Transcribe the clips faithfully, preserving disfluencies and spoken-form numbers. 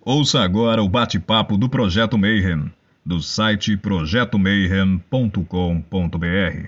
Ouça agora o bate-papo do Projeto Mayhem, do site projeto mayhem ponto com ponto br.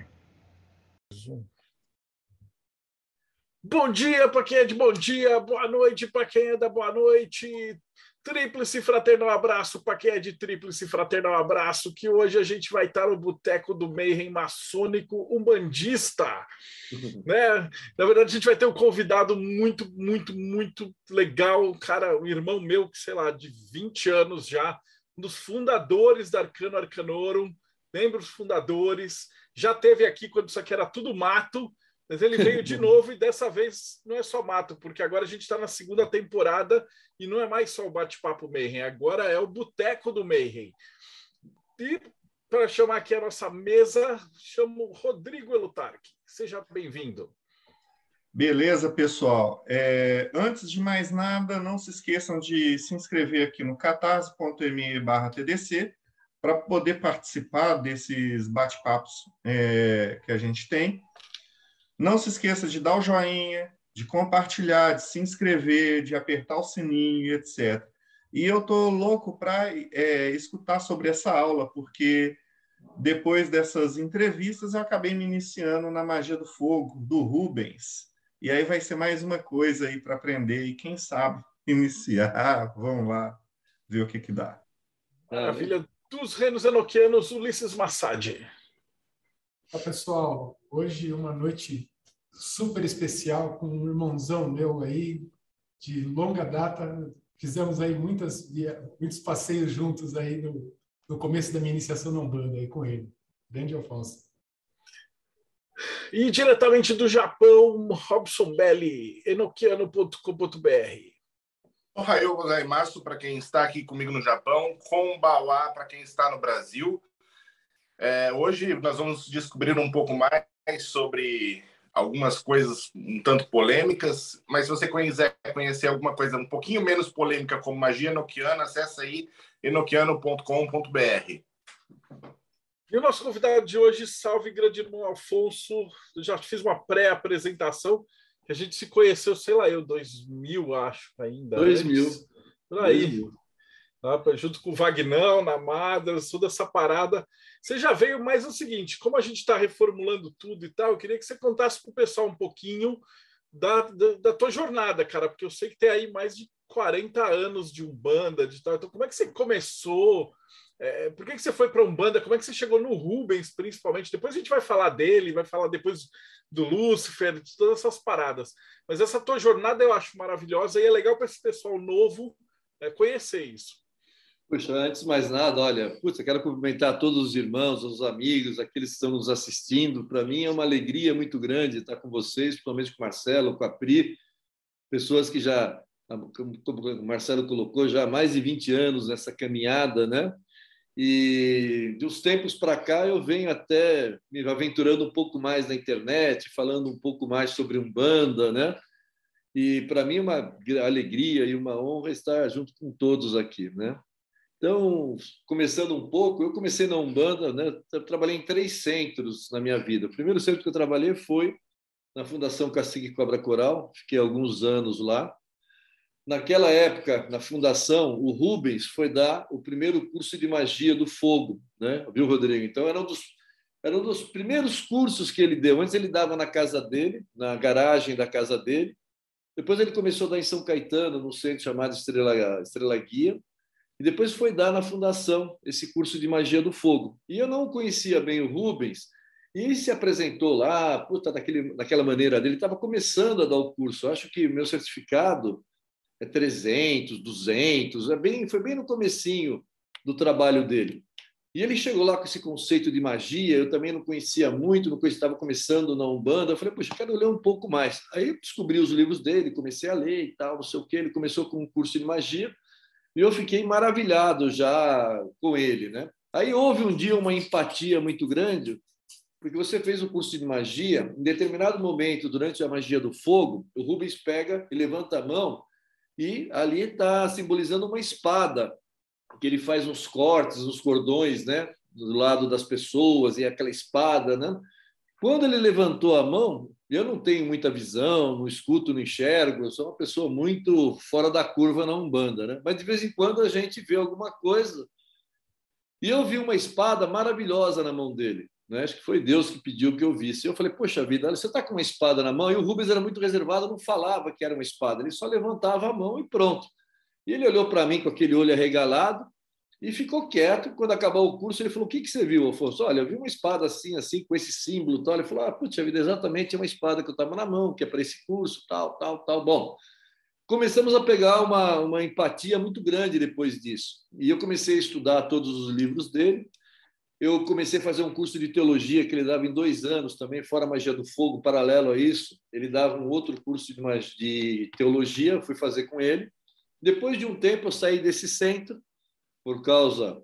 Bom dia para quem é de bom dia, boa noite para quem é da boa noite, tríplice fraternal abraço para quem é de tríplice fraternal abraço, que hoje a gente vai estar no Boteco do Mayhem maçônico umbandista, né? Na verdade, a gente vai ter um convidado muito, muito, muito legal, um cara, um irmão meu, que sei lá, de vinte anos já, um dos fundadores da Arcano Arcanorum, membros fundadores, já teve aqui quando isso aqui era tudo mato, mas ele veio de novo e dessa vez não é só mato, porque agora a gente está na segunda temporada e não é mais só o Bate-Papo Mayhem, agora é o Boteco do Mayhem. E para chamar aqui a nossa mesa, chamo Rodrigo Elutarque. Seja bem-vindo. Beleza, pessoal. É, antes de mais nada, não se esqueçam de se inscrever aqui no catarse ponto me barra T D C para poder participar desses bate-papos é, que a gente tem. Não se esqueça de dar o joinha, de compartilhar, de se inscrever, de apertar o sininho, etcétera. E eu estou louco para é, escutar sobre essa aula, porque depois dessas entrevistas eu acabei me iniciando na magia do fogo, do Rubens. E aí vai ser mais uma coisa aí para aprender e quem sabe iniciar. Vamos lá ver o que que dá. Maravilha. Dos reinos enoquianos, Ulisses Massad. Olá, pessoal. Hoje uma noite super especial com um irmãozão meu aí, de longa data. Fizemos aí muitas, muitos passeios juntos aí no, no começo da minha iniciação na Umbanda aí com ele. Grande Alfonso. E diretamente do Japão, Robson Belli, enoquiano ponto com ponto br. Ohayou gozaimasu para quem está aqui comigo no Japão, Konbawa para quem está no Brasil. É, hoje nós vamos descobrir um pouco mais sobre algumas coisas um tanto polêmicas, mas se você quiser conhecer alguma coisa um pouquinho menos polêmica como magia enoquiana, acessa aí enoquiano ponto com ponto br. E o nosso convidado de hoje, salve grande irmão Alfonso, eu já fiz uma pré-apresentação, que a gente se conheceu, sei lá, eu, dois mil, acho, ainda. dois mil. Por aí. Tá, junto com o Vagnão, na Madra, toda essa parada. Você já veio, mais o seguinte, como a gente está reformulando tudo e tal, eu queria que você contasse para o pessoal um pouquinho da, da, da tua jornada, cara, porque eu sei que tem aí mais de quarenta anos de Umbanda, de tal. Então, como é que você começou? É, por que, que você foi para Umbanda? Como é que você chegou no Rubens, principalmente? Depois a gente vai falar dele, vai falar depois do Lúcifer, de todas essas paradas. Mas essa tua jornada eu acho maravilhosa e é legal para esse pessoal novo é, conhecer isso. Puxa, antes de mais nada, olha, putz, eu quero cumprimentar todos os irmãos, os amigos, aqueles que estão nos assistindo. Para mim é uma alegria muito grande estar com vocês, principalmente com o Marcelo, com a Pri, pessoas que já, como o Marcelo colocou, já há mais de vinte anos nessa caminhada, né? E de uns tempos para cá eu venho até me aventurando um pouco mais na internet, falando um pouco mais sobre Umbanda, né? E para mim é uma alegria e uma honra estar junto com todos aqui, né? Então, começando um pouco, eu comecei na Umbanda, né? Eu trabalhei em três centros na minha vida. O primeiro centro que eu trabalhei foi na Fundação Cacique Cobra Coral, fiquei alguns anos lá. Naquela época, na fundação, o Rubens foi dar o primeiro curso de magia do fogo, né? Viu, Rodrigo? Então, era um dos, era um dos primeiros cursos que ele deu. Antes ele dava na casa dele, na garagem da casa dele. Depois ele começou a dar em São Caetano, num centro chamado Estrela, Estrela Guia. E depois foi dar na fundação esse curso de magia do fogo. E eu não conhecia bem o Rubens, e ele se apresentou lá, puta, daquele, daquela maneira dele. Ele estava começando a dar o curso. Eu acho que meu certificado é trezentos, duzentos, é bem, foi bem no comecinho do trabalho dele. E ele chegou lá com esse conceito de magia, eu também não conhecia muito, não conhecia, estava começando na Umbanda. Eu falei, poxa, eu quero ler um pouco mais. Aí eu descobri os livros dele, comecei a ler e tal, não sei o quê. Ele começou com um curso de magia, e eu fiquei maravilhado já com ele, né? Aí houve um dia uma empatia muito grande, porque você fez o curso de magia, em determinado momento, durante a magia do fogo, o Rubens pega e levanta a mão, e ali está simbolizando uma espada, que ele faz uns cortes, uns cordões, né? Do lado das pessoas, e aquela espada, né? Quando ele levantou a mão, eu não tenho muita visão, não escuto, não enxergo, eu sou uma pessoa muito fora da curva na Umbanda, né? Mas de vez em quando a gente vê alguma coisa. E eu vi uma espada maravilhosa na mão dele, né? Acho que foi Deus que pediu que eu visse. Eu falei, poxa vida, você está com uma espada na mão? E o Rubens era muito reservado, não falava que era uma espada, ele só levantava a mão e pronto. E ele olhou para mim com aquele olho arregalado e ficou quieto. Quando acabou o curso, ele falou, o que, que você viu, Afonso? Olha, eu vi uma espada assim, assim, com esse símbolo. Tal. Ele falou, ah, putz, vida, exatamente é uma espada que eu estava na mão, que é para esse curso, tal, tal, tal. Bom, começamos a pegar uma, uma empatia muito grande depois disso. E eu comecei a estudar todos os livros dele. Eu comecei a fazer um curso de teologia que ele dava em dois anos também, fora a magia do fogo, paralelo a isso. Ele dava um outro curso de, de teologia, fui fazer com ele. Depois de um tempo, eu saí desse centro, por causa,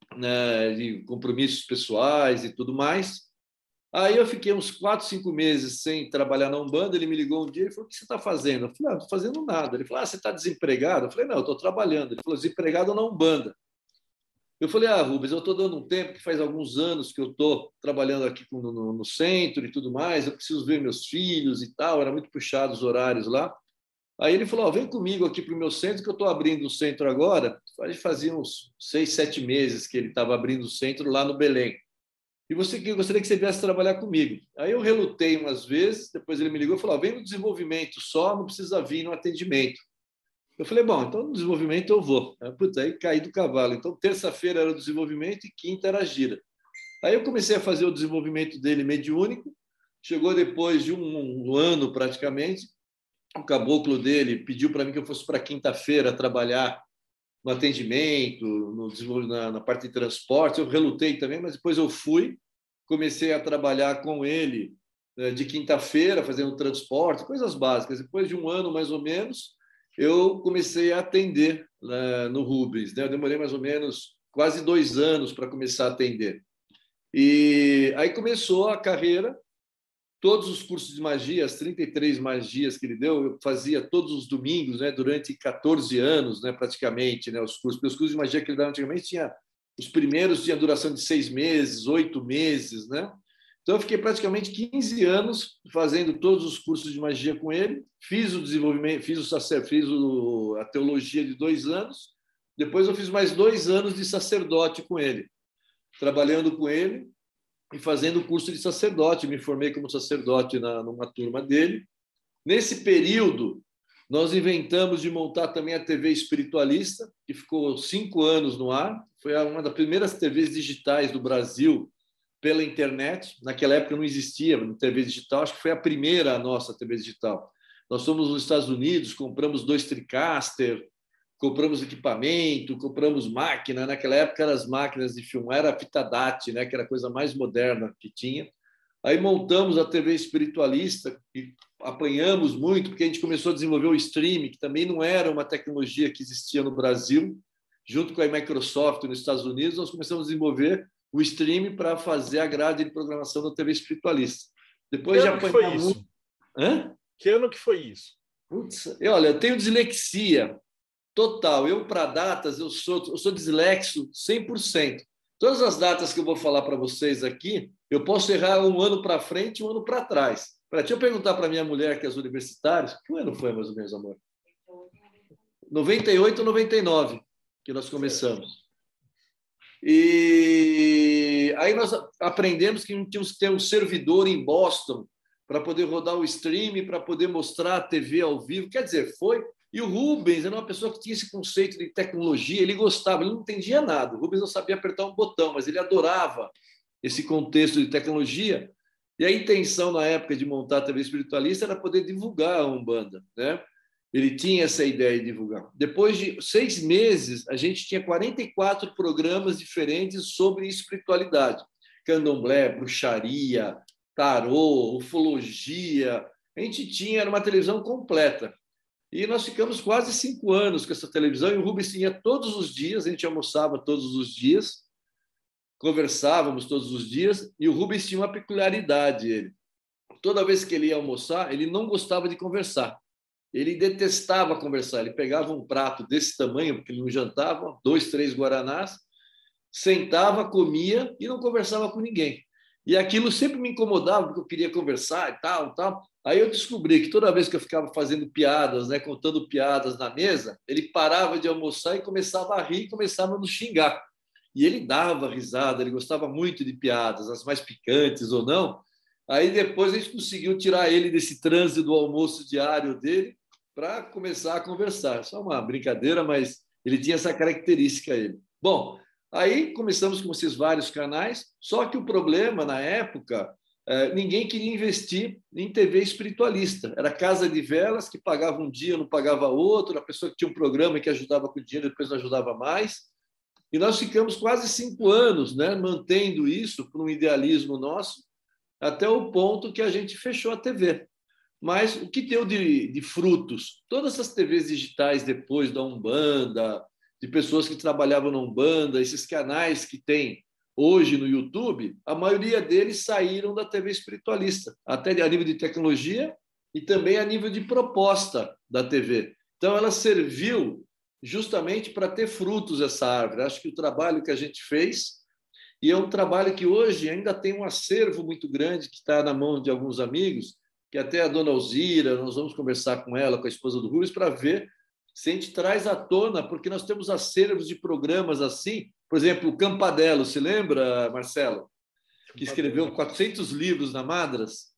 né, de compromissos pessoais e tudo mais. Aí eu fiquei uns quatro, cinco meses sem trabalhar na Umbanda. Ele me ligou um dia e falou, o que você está fazendo? Eu falei, ah, não estou fazendo nada. Ele falou, ah, você está desempregado? Eu falei, não, eu estou trabalhando. Ele falou, desempregado na Umbanda. Eu falei, ah, Rubens, eu estou dando um tempo, que faz alguns anos que eu estou trabalhando aqui no, no, no centro e tudo mais, eu preciso ver meus filhos e tal, era muito puxado os horários lá. Aí ele falou, oh, vem comigo aqui para o meu centro, que eu estou abrindo o centro agora. Fazia uns seis, sete meses que ele estava abrindo o centro lá no Belém. E você, eu gostaria que você viesse trabalhar comigo. Aí eu relutei umas vezes, depois ele me ligou e falou, oh, vem no desenvolvimento só, não precisa vir no atendimento. Eu falei, bom, então no desenvolvimento eu vou. Aí, puta, aí caí do cavalo. Então terça-feira era o desenvolvimento e quinta era a gira. Aí eu comecei a fazer o desenvolvimento dele mediúnico. Chegou depois de um, um ano praticamente, o caboclo dele pediu para mim que eu fosse para quinta-feira trabalhar no atendimento, no na, na parte de transporte. Eu relutei também, mas depois eu fui, comecei a trabalhar com ele de quinta-feira, fazendo transporte, coisas básicas. Depois de um ano, mais ou menos, eu comecei a atender né, no Rubens. Né? Eu demorei mais ou menos quase dois anos para começar a atender. E aí começou a carreira. Todos os cursos de magia, as trinta e três magias que ele deu, eu fazia todos os domingos, né, durante quatorze anos, né, praticamente, né, os cursos. Os cursos de magia que ele dava antigamente, tinha, os primeiros tinham duração de seis meses, oito meses. Né? Então, eu fiquei praticamente quinze anos fazendo todos os cursos de magia com ele. Fiz o desenvolvimento, fiz, o sacer, fiz o, a teologia de dois anos. Depois, eu fiz mais dois anos de sacerdote com ele, trabalhando com ele e fazendo o curso de sacerdote. Me formei como sacerdote na, numa turma dele. Nesse período, nós inventamos de montar também a T V Espiritualista, que ficou cinco anos no ar. Foi uma das primeiras T Vs digitais do Brasil pela internet. Naquela época não existia T V digital, acho que foi a primeira a nossa T V digital. Nós fomos nos Estados Unidos, compramos dois TriCaster, compramos equipamento, compramos máquina. Naquela época, eram as máquinas de filmar, era a fita D A T, né, que era a coisa mais moderna que tinha. Aí montamos a T V Espiritualista e apanhamos muito, porque a gente começou a desenvolver o streaming, que também não era uma tecnologia que existia no Brasil. Junto com a Microsoft nos Estados Unidos, nós começamos a desenvolver o streaming para fazer a grade de programação da T V Espiritualista. Depois que já ano que foi isso? Hã? Que ano que foi isso? Putz, eu, olha, eu tenho dislexia total. Eu, para datas, eu sou, eu sou dislexo cem por cento. Todas as datas que eu vou falar para vocês aqui, eu posso errar um ano para frente e um ano para trás. Deixa eu perguntar para minha mulher, que é as universitárias, que ano foi, mais ou menos, amor? noventa e oito ou noventa e nove que nós começamos. E aí nós aprendemos que tínhamos que ter um servidor em Boston para poder rodar o stream, para poder mostrar a T V ao vivo. Quer dizer, foi... E o Rubens era uma pessoa que tinha esse conceito de tecnologia, ele gostava, ele não entendia nada. O Rubens não sabia apertar um botão, mas ele adorava esse contexto de tecnologia. E a intenção, na época, de montar a T V Espiritualista era poder divulgar a Umbanda, né? Ele tinha essa ideia de divulgar. Depois de seis meses, a gente tinha quarenta e quatro programas diferentes sobre espiritualidade. Candomblé, bruxaria, tarô, ufologia. A gente tinha, era uma televisão completa. E nós ficamos quase cinco anos com essa televisão, e o Rubens tinha todos os dias, a gente almoçava todos os dias, conversávamos todos os dias, e o Rubens tinha uma peculiaridade. Ele, toda vez que ele ia almoçar, ele não gostava de conversar. Ele detestava conversar. Ele pegava um prato desse tamanho, porque ele não jantava, dois, três guaranás, sentava, comia e não conversava com ninguém. E aquilo sempre me incomodava, porque eu queria conversar e tal, tal. Aí eu descobri que toda vez que eu ficava fazendo piadas, né, contando piadas na mesa, ele parava de almoçar e começava a rir e começava a nos xingar. E ele dava risada, ele gostava muito de piadas, as mais picantes ou não. Aí depois a gente conseguiu tirar ele desse transe do almoço diário dele para começar a conversar. Só uma brincadeira, mas ele tinha essa característica ele. Bom, aí começamos com esses vários canais, só que o problema na época, ninguém queria investir em T V espiritualista. Era casa de velas que pagava um dia, não pagava outro, a pessoa que tinha um programa que ajudava com o dinheiro, depois não ajudava mais. E nós ficamos quase cinco anos, né, mantendo isso por um idealismo nosso, até o ponto que a gente fechou a T V. Mas o que deu de, de frutos? Todas essas T Vs digitais depois da Umbanda, de pessoas que trabalhavam na Umbanda, esses canais que tem hoje no YouTube, a maioria deles saíram da T V espiritualista, até a nível de tecnologia e também a nível de proposta da T V. Então, ela serviu justamente para ter frutos essa árvore. Acho que o trabalho que a gente fez, e é um trabalho que hoje ainda tem um acervo muito grande que está na mão de alguns amigos, que até a dona Alzira, nós vamos conversar com ela, com a esposa do Rubens, para ver se a gente traz à tona, porque nós temos acervos de programas assim, por exemplo, o Campadelo, se lembra, Marcelo? Que escreveu quatrocentos livros na Madras.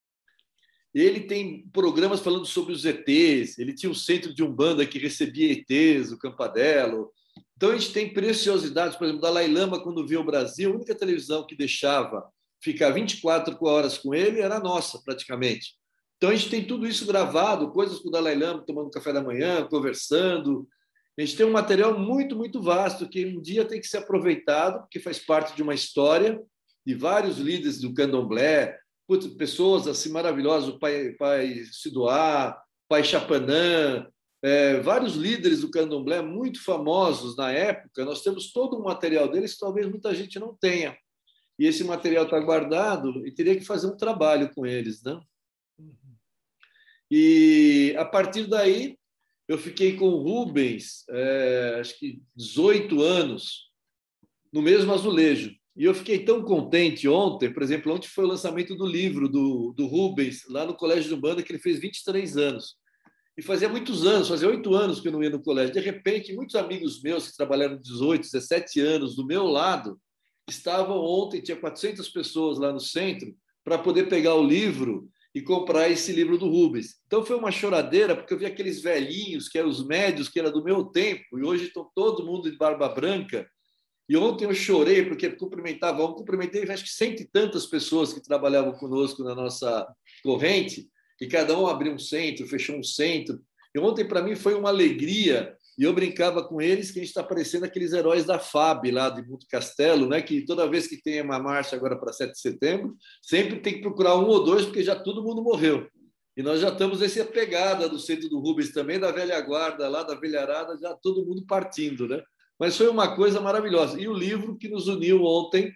Ele tem programas falando sobre os E Tês, ele tinha um centro de Umbanda que recebia E Tês, o Campadelo. Então, a gente tem preciosidades, por exemplo, o Dalai Lama, quando veio ao Brasil, a única televisão que deixava ficar vinte e quatro horas com ele era a nossa, praticamente. Então, a gente tem tudo isso gravado, coisas com o Dalai Lama, tomando café da manhã, conversando. A gente tem um material muito, muito vasto, que um dia tem que ser aproveitado, porque faz parte de uma história de vários líderes do candomblé, pessoas assim maravilhosas, o pai, pai Sidoá, pai Chapanã, é, vários líderes do candomblé muito famosos na época. Nós temos todo um material deles que talvez muita gente não tenha. E esse material está guardado e teria que fazer um trabalho com eles, né? E, a partir daí, eu fiquei com o Rubens, é, acho que dezoito anos, no mesmo azulejo. E eu fiquei tão contente ontem, por exemplo, ontem foi o lançamento do livro do, do Rubens, lá no Colégio de Umbanda, que ele fez vinte e três anos. E fazia muitos anos, fazia oito anos que eu não ia no colégio. De repente, muitos amigos meus que trabalharam dezoito, dezessete anos do meu lado, estavam ontem, tinha quatrocentas pessoas lá no centro, para poder pegar o livro e comprar esse livro do Rubens. Então, foi uma choradeira, porque eu vi aqueles velhinhos, que eram os médios, que era do meu tempo, e hoje estão todo mundo de barba branca. E ontem eu chorei, porque cumprimentava, eu cumprimentei acho que cento e tantas pessoas que trabalhavam conosco na nossa corrente, e cada um abriu um centro, fechou um centro. E ontem, para mim, foi uma alegria, e eu brincava com eles que a gente está parecendo aqueles heróis da F A B, lá de Monte Castelo, né? Que toda vez que tem uma marcha agora para sete de setembro, sempre tem que procurar um ou dois, porque já todo mundo morreu. E nós já estamos nessa pegada do centro do Rubens também, da velha guarda, lá da velharada, já todo mundo partindo, né? Mas foi uma coisa maravilhosa. E o livro que nos uniu ontem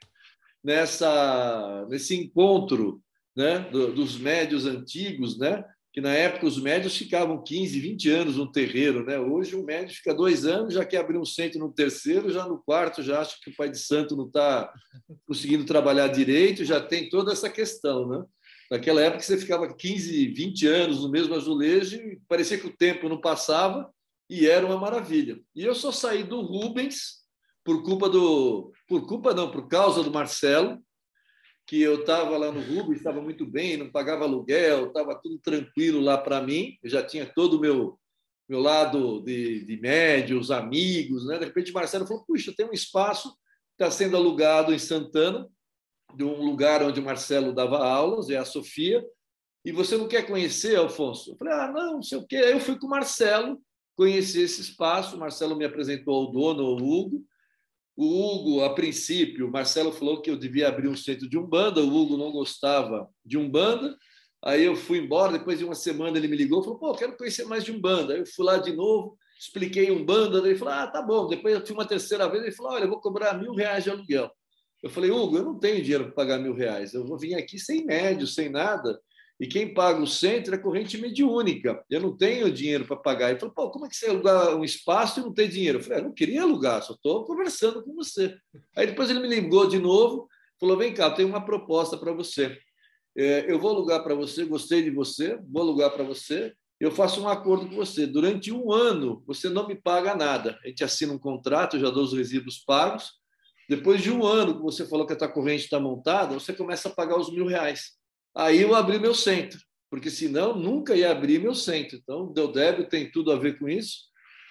nessa, nesse encontro, né, do, dos médios antigos, né, que na época os médios ficavam quinze, vinte anos no terreiro. Né? Hoje o médio fica dois anos, já quer abrir um centro no terceiro, já no quarto já acha que o pai de santo não está conseguindo trabalhar direito, já tem toda essa questão. Né? Naquela época você ficava quinze, vinte anos no mesmo azulejo e parecia que o tempo não passava, e era uma maravilha. E eu só saí do Rubens por culpa do... Por culpa não, por causa do Marcelo, que eu estava lá no Rubens, estava muito bem, não pagava aluguel, estava tudo tranquilo lá para mim, eu já tinha todo o meu, meu lado de, de médio, os amigos. Né? De repente o Marcelo falou, puxa, tem um espaço que está sendo alugado em Santana, de um lugar onde o Marcelo dava aulas, é a Sofia, e você não quer conhecer, Alfonso? Eu falei, ah, não, não sei o quê. Aí eu fui com o Marcelo, conheci esse espaço, o Marcelo me apresentou ao dono, o Hugo. O Hugo, a princípio, o Marcelo falou que eu devia abrir um centro de Umbanda, o Hugo não gostava de Umbanda, aí eu fui embora, depois de uma semana ele me ligou e falou, pô, quero conhecer mais de Umbanda. Aí eu fui lá de novo, expliquei Umbanda, ele falou, ah, tá bom. Depois eu fui uma terceira vez, ele falou, olha, eu vou cobrar mil reais de aluguel. Eu falei, Hugo, eu não tenho dinheiro para pagar mil reais, eu vou vir aqui sem médio, sem nada, e quem paga o centro é corrente mediúnica. Eu não tenho dinheiro para pagar. Ele falou, pô, como é que você alugar um espaço e não tem dinheiro? Eu falei, eu não queria alugar, só estou conversando com você. Aí depois ele me ligou de novo, falou, vem cá, eu tenho uma proposta para você. Eu vou alugar para você, gostei de você, vou alugar para você, eu faço um acordo com você. Durante um ano, você não me paga nada. A gente assina um contrato, eu já dou os resíduos pagos. Depois de um ano que você falou que a tua corrente está montada, você começa a pagar os mil reais. Aí eu abri meu centro, porque senão nunca ia abrir meu centro. Então, o Deodébio tem tudo a ver com isso.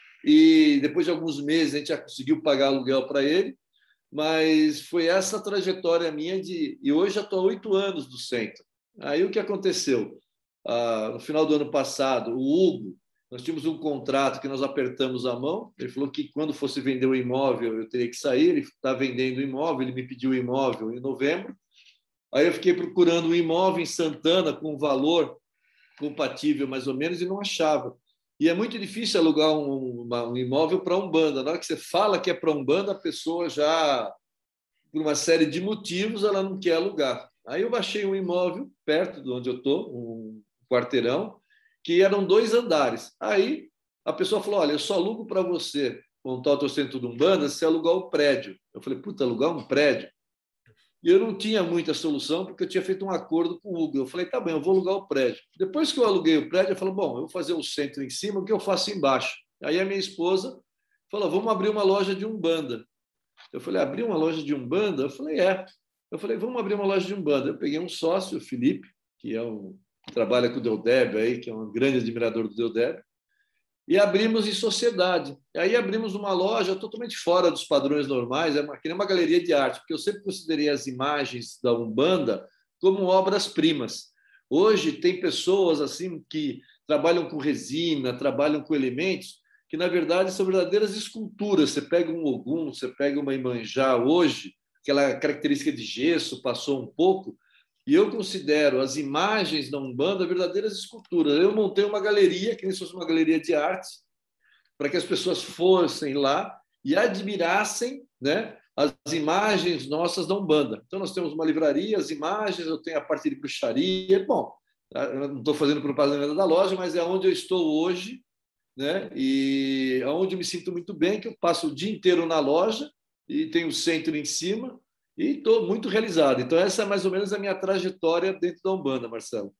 E depois de alguns meses, a gente já conseguiu pagar aluguel para ele. Mas foi essa trajetória minha de... E hoje já estou há oito anos do centro. Aí o que aconteceu? Ah, no final do ano passado, o Hugo, nós tínhamos um contrato que nós apertamos a mão. Ele falou que quando fosse vender o imóvel, eu teria que sair. Ele está vendendo o imóvel, ele me pediu o imóvel em novembro. Aí eu fiquei procurando um imóvel em Santana com um valor compatível, mais ou menos, e não achava. E é muito difícil alugar um, uma, um imóvel para Umbanda. Na hora que você fala que é para Umbanda, a pessoa já, por uma série de motivos, ela não quer alugar. Aí eu baixei um imóvel perto de onde eu estou, um quarteirão, que eram dois andares. Aí a pessoa falou, olha, eu só alugo para você montar o teu centro de Umbanda se alugar o prédio. Eu falei, puta, alugar um prédio? E eu não tinha muita solução, porque eu tinha feito um acordo com o Hugo. Eu falei, tá bem, eu vou alugar o prédio. Depois que eu aluguei o prédio, eu falei, bom, eu vou fazer o centro em cima, o que eu faço embaixo? Aí a minha esposa falou, vamos abrir uma loja de Umbanda. Eu falei, abrir uma loja de Umbanda? Eu falei, é. Eu falei, vamos abrir uma loja de Umbanda. Eu peguei um sócio, o Felipe, que é um, trabalha com o Deodébio, aí, que é um grande admirador do Deodébio, e abrimos em sociedade. E aí abrimos uma loja totalmente fora dos padrões normais, é uma, que nem uma galeria de arte, porque eu sempre considerei as imagens da Umbanda como obras-primas. Hoje tem pessoas assim que trabalham com resina, trabalham com elementos, que na verdade são verdadeiras esculturas. Você pega um Ogum, você pega uma Imanjá hoje, aquela característica de gesso passou um pouco, e eu considero as imagens da Umbanda verdadeiras esculturas. Eu montei uma galeria, que nem se fosse uma galeria de artes, para que as pessoas fossem lá e admirassem, né, as imagens nossas da Umbanda. Então, nós temos uma livraria, as imagens, eu tenho a parte de bruxaria. Bom, eu não estou fazendo propaganda da loja, mas é onde eu estou hoje, né, e é onde eu me sinto muito bem, que eu passo o dia inteiro na loja e tenho o centro em cima, e estou muito realizado. Então, essa é mais ou menos a minha trajetória dentro da Umbanda, Marcelo.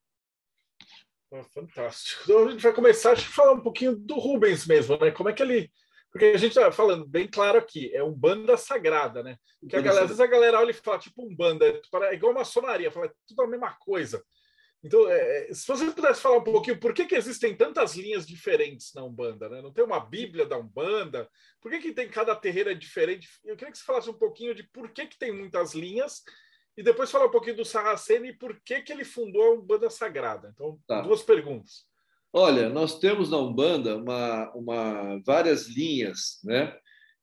Ah, fantástico. Então, a gente vai começar a falar um pouquinho do Rubens mesmo, né? Como é que ele... Porque a gente está falando bem claro aqui, é Umbanda sagrada, né? Porque a galera, às vezes a galera olha e fala, tipo, Umbanda, é igual maçonaria, fala, é tudo a mesma coisa. Então, é, se você pudesse falar um pouquinho, por que, que existem tantas linhas diferentes na Umbanda, né? Não tem uma Bíblia da Umbanda? Por que, que tem cada terreira diferente? Eu queria que você falasse um pouquinho de por que, que tem muitas linhas e depois falar um pouquinho do Sarraceno e por que, que ele fundou a Umbanda Sagrada. Então, tá. Duas perguntas. Olha, nós temos na Umbanda uma, uma, várias linhas, né,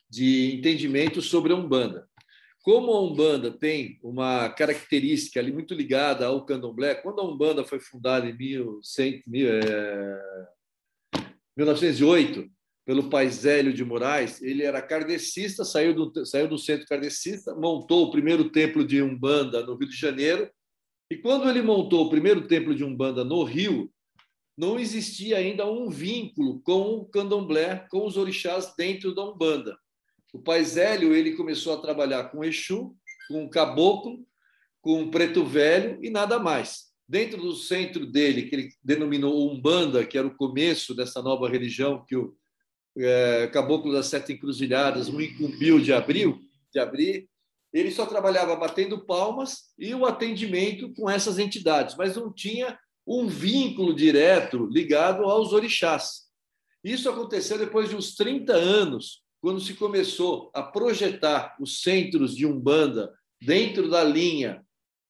de entendimento sobre a Umbanda. Como a Umbanda tem uma característica ali muito ligada ao Candomblé, quando a Umbanda foi fundada em mil cem, mil, é, mil novecentos e oito, pelo pai Zélio de Moraes, ele era kardecista, saiu do, saiu do centro kardecista, montou o primeiro templo de Umbanda no Rio de Janeiro, e quando ele montou o primeiro templo de Umbanda no Rio, não existia ainda um vínculo com o Candomblé, com os orixás dentro da Umbanda. O pai Zélio ele começou a trabalhar com Exu, com Caboclo, com Preto Velho e nada mais. Dentro do centro dele, que ele denominou Umbanda, que era o começo dessa nova religião que o é, Caboclo das Sete Encruzilhadas o incumbiu de abrir, de abrir, ele só trabalhava batendo palmas e o atendimento com essas entidades, mas não tinha um vínculo direto ligado aos orixás. Isso aconteceu depois de uns trinta anos, quando se começou a projetar os centros de Umbanda dentro da linha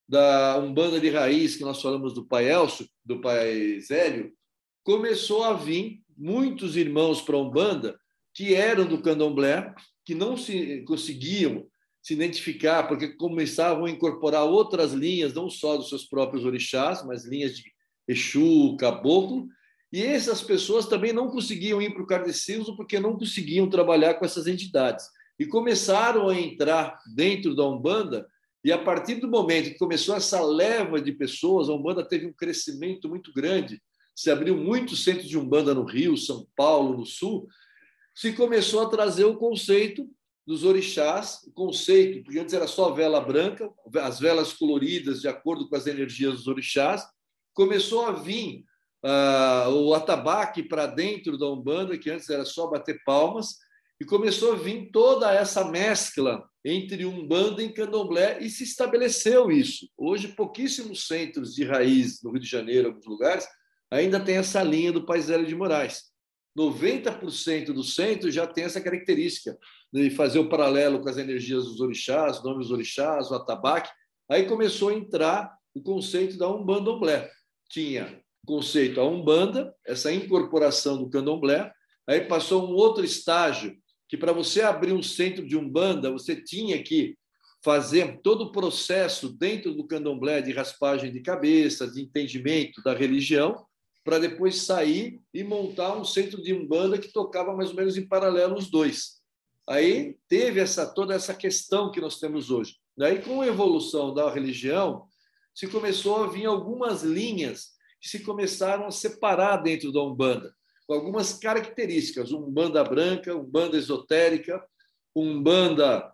da Umbanda de raiz, que nós falamos do pai Elcio, do pai Zélio, começou a vir muitos irmãos para a Umbanda que eram do Candomblé, que não se conseguiam se identificar, porque começavam a incorporar outras linhas, não só dos seus próprios orixás, mas linhas de Exu, Caboclo, e essas pessoas também não conseguiam ir para o kardecismo porque não conseguiam trabalhar com essas entidades. E começaram a entrar dentro da Umbanda, e a partir do momento que começou essa leva de pessoas, a Umbanda teve um crescimento muito grande, se abriu muitos centros de Umbanda no Rio, São Paulo, no Sul, se começou a trazer o conceito dos orixás, o conceito, porque antes era só vela branca, as velas coloridas de acordo com as energias dos orixás, começou a vir uh, o atabaque para dentro da Umbanda, que antes era só bater palmas, e começou a vir toda essa mescla entre Umbanda e Candomblé, e se estabeleceu isso. Hoje, pouquíssimos centros de raiz no Rio de Janeiro, em alguns lugares, ainda tem essa linha do Paisélio de Moraes. noventa por cento do centro já tem essa característica de fazer o paralelo com as energias dos orixás, os nomes dos orixás, o atabaque. Aí começou a entrar o conceito da Umbanda-Omblé. Tinha o conceito a Umbanda, essa incorporação do Candomblé, aí passou um outro estágio, que para você abrir um centro de Umbanda, você tinha que fazer todo o processo dentro do Candomblé de raspagem de cabeça, de entendimento da religião, para depois sair e montar um centro de Umbanda que tocava mais ou menos em paralelo os dois. Aí teve essa, toda essa questão que nós temos hoje. Daí, com a evolução da religião, se começou a vir algumas linhas que se começaram a separar dentro da Umbanda, com algumas características. Umbanda branca, Umbanda esotérica, Umbanda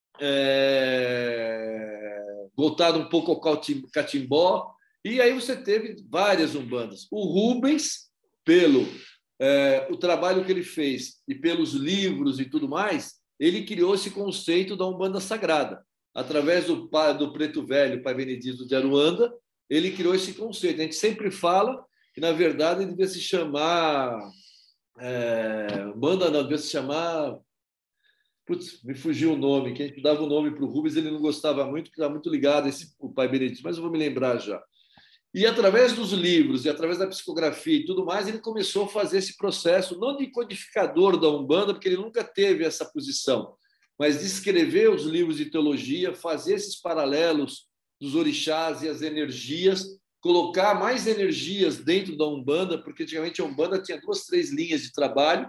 é, voltada um pouco ao catimbó. E aí você teve várias umbandas. O Rubens, pelo é, o trabalho que ele fez e pelos livros e tudo mais, ele criou esse conceito da Umbanda Sagrada. Através do, do Preto Velho, Pai Benedito de Aruanda, ele criou esse conceito. A gente sempre fala que, na verdade, ele devia se chamar... É, Umbanda não, devia se chamar... Putz, me fugiu o nome. Quem dava o nome para o Rubens, ele não gostava muito, porque estava muito ligado a esse, o Pai Benedito, mas eu vou me lembrar já. E, através dos livros e através da psicografia e tudo mais, ele começou a fazer esse processo, não de codificador da Umbanda, porque ele nunca teve essa posição, mas de escrever os livros de teologia, fazer esses paralelos dos orixás e as energias, colocar mais energias dentro da Umbanda, porque antigamente a Umbanda tinha duas, três linhas de trabalho,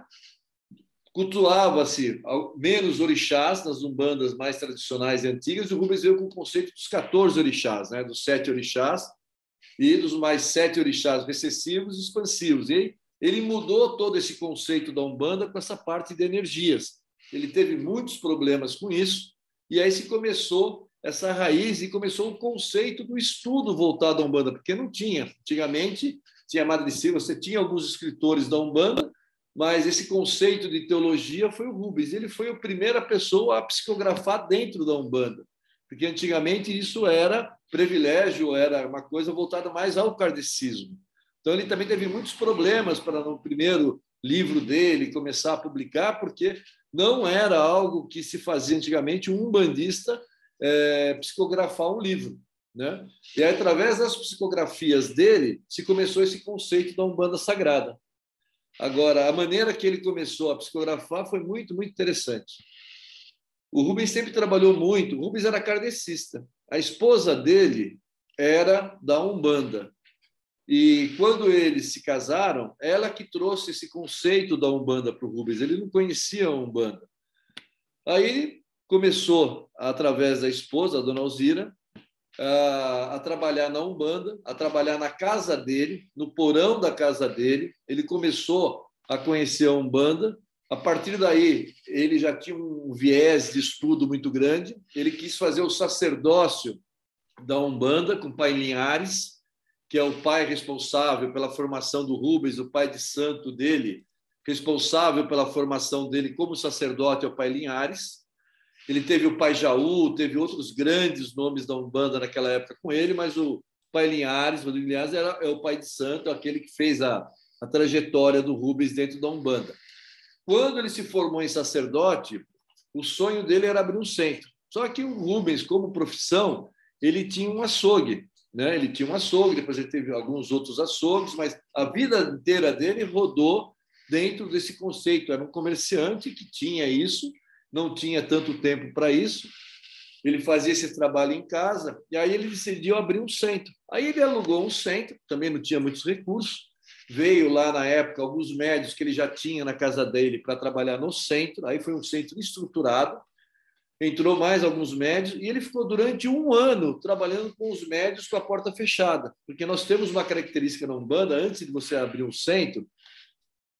cultuava-se menos orixás nas umbandas mais tradicionais e antigas, e o Rubens veio com o conceito dos quatorze orixás, né, dos sete orixás, e dos mais sete orixás recessivos e expansivos. E ele mudou todo esse conceito da Umbanda com essa parte de energias. Ele teve muitos problemas com isso, e aí se começou essa raiz e começou o conceito do estudo voltado à Umbanda, porque não tinha. Antigamente, tinha Madre Silva, você tinha alguns escritores da Umbanda, mas esse conceito de teologia foi o Rubens. Ele foi a primeira pessoa a psicografar dentro da Umbanda, porque antigamente isso era privilégio, era uma coisa voltada mais ao kardecismo. Então, ele também teve muitos problemas para, no primeiro livro dele, começar a publicar, porque não era algo que se fazia antigamente um umbandista é, psicografar um livro, né? E aí, através das psicografias dele, se começou esse conceito da Umbanda Sagrada. Agora, a maneira que ele começou a psicografar foi muito, muito interessante. O Rubens sempre trabalhou muito. O Rubens era kardecista. A esposa dele era da Umbanda. E quando eles se casaram, ela que trouxe esse conceito da Umbanda para o Rubens. Ele não conhecia a Umbanda. Aí começou, através da esposa, a dona Alzira, a, a trabalhar na Umbanda, a trabalhar na casa dele, no porão da casa dele. Ele começou a conhecer a Umbanda. A partir daí, ele já tinha um viés de estudo muito grande. Ele quis fazer o sacerdócio da Umbanda com o pai Linhares, que é o pai responsável pela formação do Rubens, o pai de santo dele, responsável pela formação dele como sacerdote, é o pai Linhares. Ele teve o pai Jaú, teve outros grandes nomes da Umbanda naquela época com ele, mas o pai Linhares, Rodrigo Linhares, era, é o pai de santo, aquele que fez a, a trajetória do Rubens dentro da Umbanda. Quando ele se formou em sacerdote, o sonho dele era abrir um centro. Só que o Rubens, como profissão, ele tinha um açougue, né? Ele tinha um açougue, depois ele teve alguns outros açougues, mas a vida inteira dele rodou dentro desse conceito. Era um comerciante que tinha isso, não tinha tanto tempo para isso. Ele fazia esse trabalho em casa, e aí ele decidiu abrir um centro. Aí ele alugou um centro, também não tinha muitos recursos. Veio lá, na época, alguns médios que ele já tinha na casa dele para trabalhar no centro. Aí foi um centro estruturado. Entrou mais alguns médios e ele ficou durante um ano trabalhando com os médios com a porta fechada. Porque nós temos uma característica na Umbanda, antes de você abrir um centro,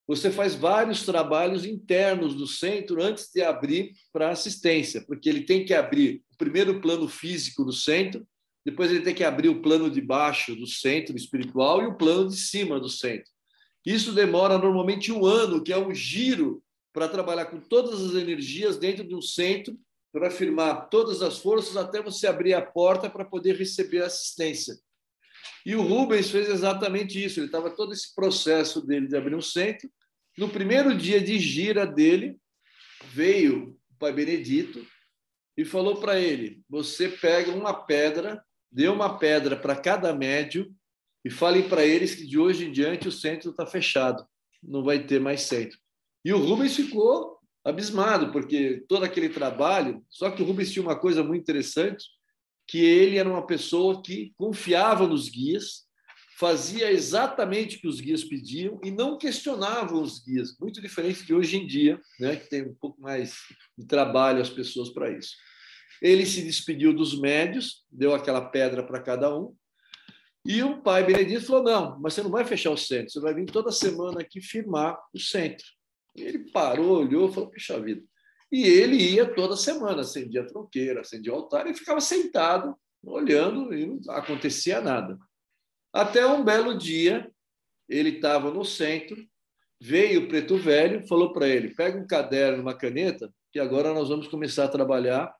você faz vários trabalhos internos do centro antes de abrir para assistência, porque ele tem que abrir o primeiro plano físico do centro, depois ele tem que abrir o plano de baixo do centro espiritual e o plano de cima do centro. Isso demora normalmente um ano, que é um giro para trabalhar com todas as energias dentro de um centro, para firmar todas as forças até você abrir a porta para poder receber assistência. E o Rubens fez exatamente isso. Ele estava todo esse processo dele de abrir um centro. No primeiro dia de gira dele, veio o Pai Benedito e falou para ele: você pega uma pedra, dê uma pedra para cada médium e fale para eles que de hoje em diante o centro está fechado, não vai ter mais centro. E o Rubens ficou abismado, porque todo aquele trabalho... Só que o Rubens tinha uma coisa muito interessante, que ele era uma pessoa que confiava nos guias, fazia exatamente o que os guias pediam e não questionava os guias, muito diferente de hoje em dia, né, que tem um pouco mais de trabalho as pessoas para isso. Ele se despediu dos médios, deu aquela pedra para cada um, e o Pai Benedito falou: não, mas você não vai fechar o centro, você vai vir toda semana aqui firmar o centro. E ele parou, olhou e falou: puxa vida. E ele ia toda semana, acendia a tronqueira, acendia o altar e ficava sentado, olhando, e não acontecia nada. Até um belo dia, ele estava no centro, veio o Preto Velho, falou para ele: pega um caderno, uma caneta, que agora nós vamos começar a trabalhar,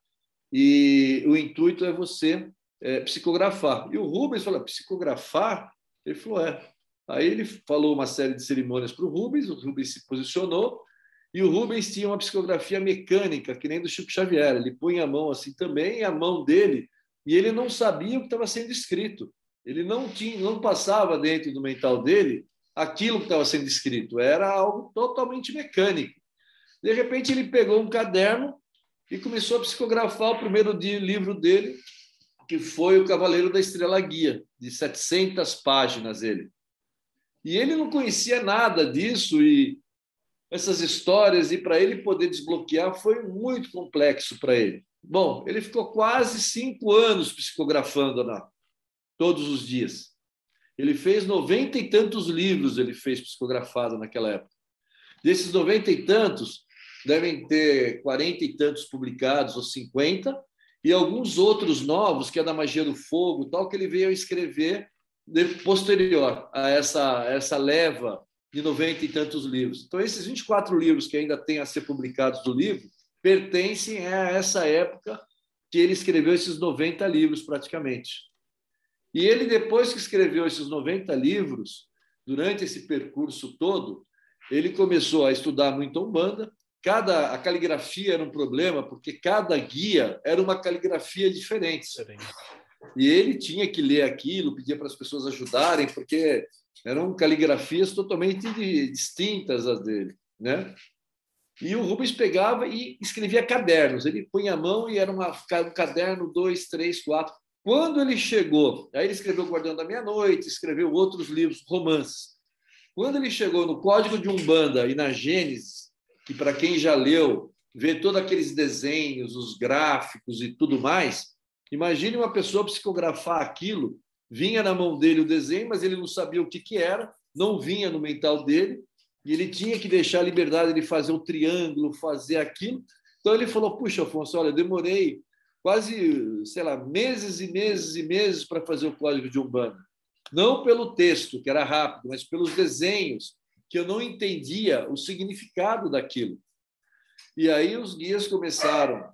e o intuito é você é, psicografar. E o Rubens falou: psicografar? Ele falou: é. Aí ele falou uma série de cerimônias para o Rubens, o Rubens se posicionou, e o Rubens tinha uma psicografia mecânica, que nem do Chico Xavier. Ele punha a mão assim também, e a mão dele, e ele não sabia o que estava sendo escrito. Ele não tinha, não passava dentro do mental dele aquilo que estava sendo escrito. Era algo totalmente mecânico. De repente, ele pegou um caderno e começou a psicografar o primeiro livro dele, que foi O Cavaleiro da Estrela Guia, de setecentas páginas. Ele. E ele não conhecia nada disso, e essas histórias, e para ele poder desbloquear foi muito complexo para ele. Bom, ele ficou quase cinco anos psicografando lá, todos os dias. Ele fez noventa e tantos livros, ele fez psicografado naquela época. Desses noventa e tantos, devem ter quarenta e tantos publicados, ou cinquenta, e alguns outros novos, que é da Magia do Fogo, tal, que ele veio a escrever posterior a essa, essa leva de noventa e tantos livros. Então, esses vinte e quatro livros que ainda têm a ser publicados do livro pertencem a essa época que ele escreveu esses noventa livros, praticamente. E ele, depois que escreveu esses noventa livros, durante esse percurso todo, ele começou a estudar muito a Umbanda. Cada, a caligrafia era um problema, porque cada guia era uma caligrafia diferente. E ele tinha que ler aquilo, pedia para as pessoas ajudarem, porque eram caligrafias totalmente distintas as dele, né? E o Rubens pegava e escrevia cadernos. Ele punha a mão e era uma, um caderno, dois, três, quatro. Quando ele chegou, aí ele escreveu O Guardião da Meia-Noite, escreveu outros livros, romances. Quando ele chegou no Código de Umbanda e na Gênesis, que para quem já leu, vê todos aqueles desenhos, os gráficos e tudo mais, imagine uma pessoa psicografar aquilo, vinha na mão dele o desenho, mas ele não sabia o que, que era, não vinha no mental dele, e ele tinha que deixar a liberdade de fazer o triângulo, fazer aquilo. Então ele falou: puxa, Afonso, olha, eu demorei quase, sei lá, meses e meses e meses para fazer o Código de Umbanda. Não pelo texto, que era rápido, mas pelos desenhos, que eu não entendia o significado daquilo. E aí os guias começaram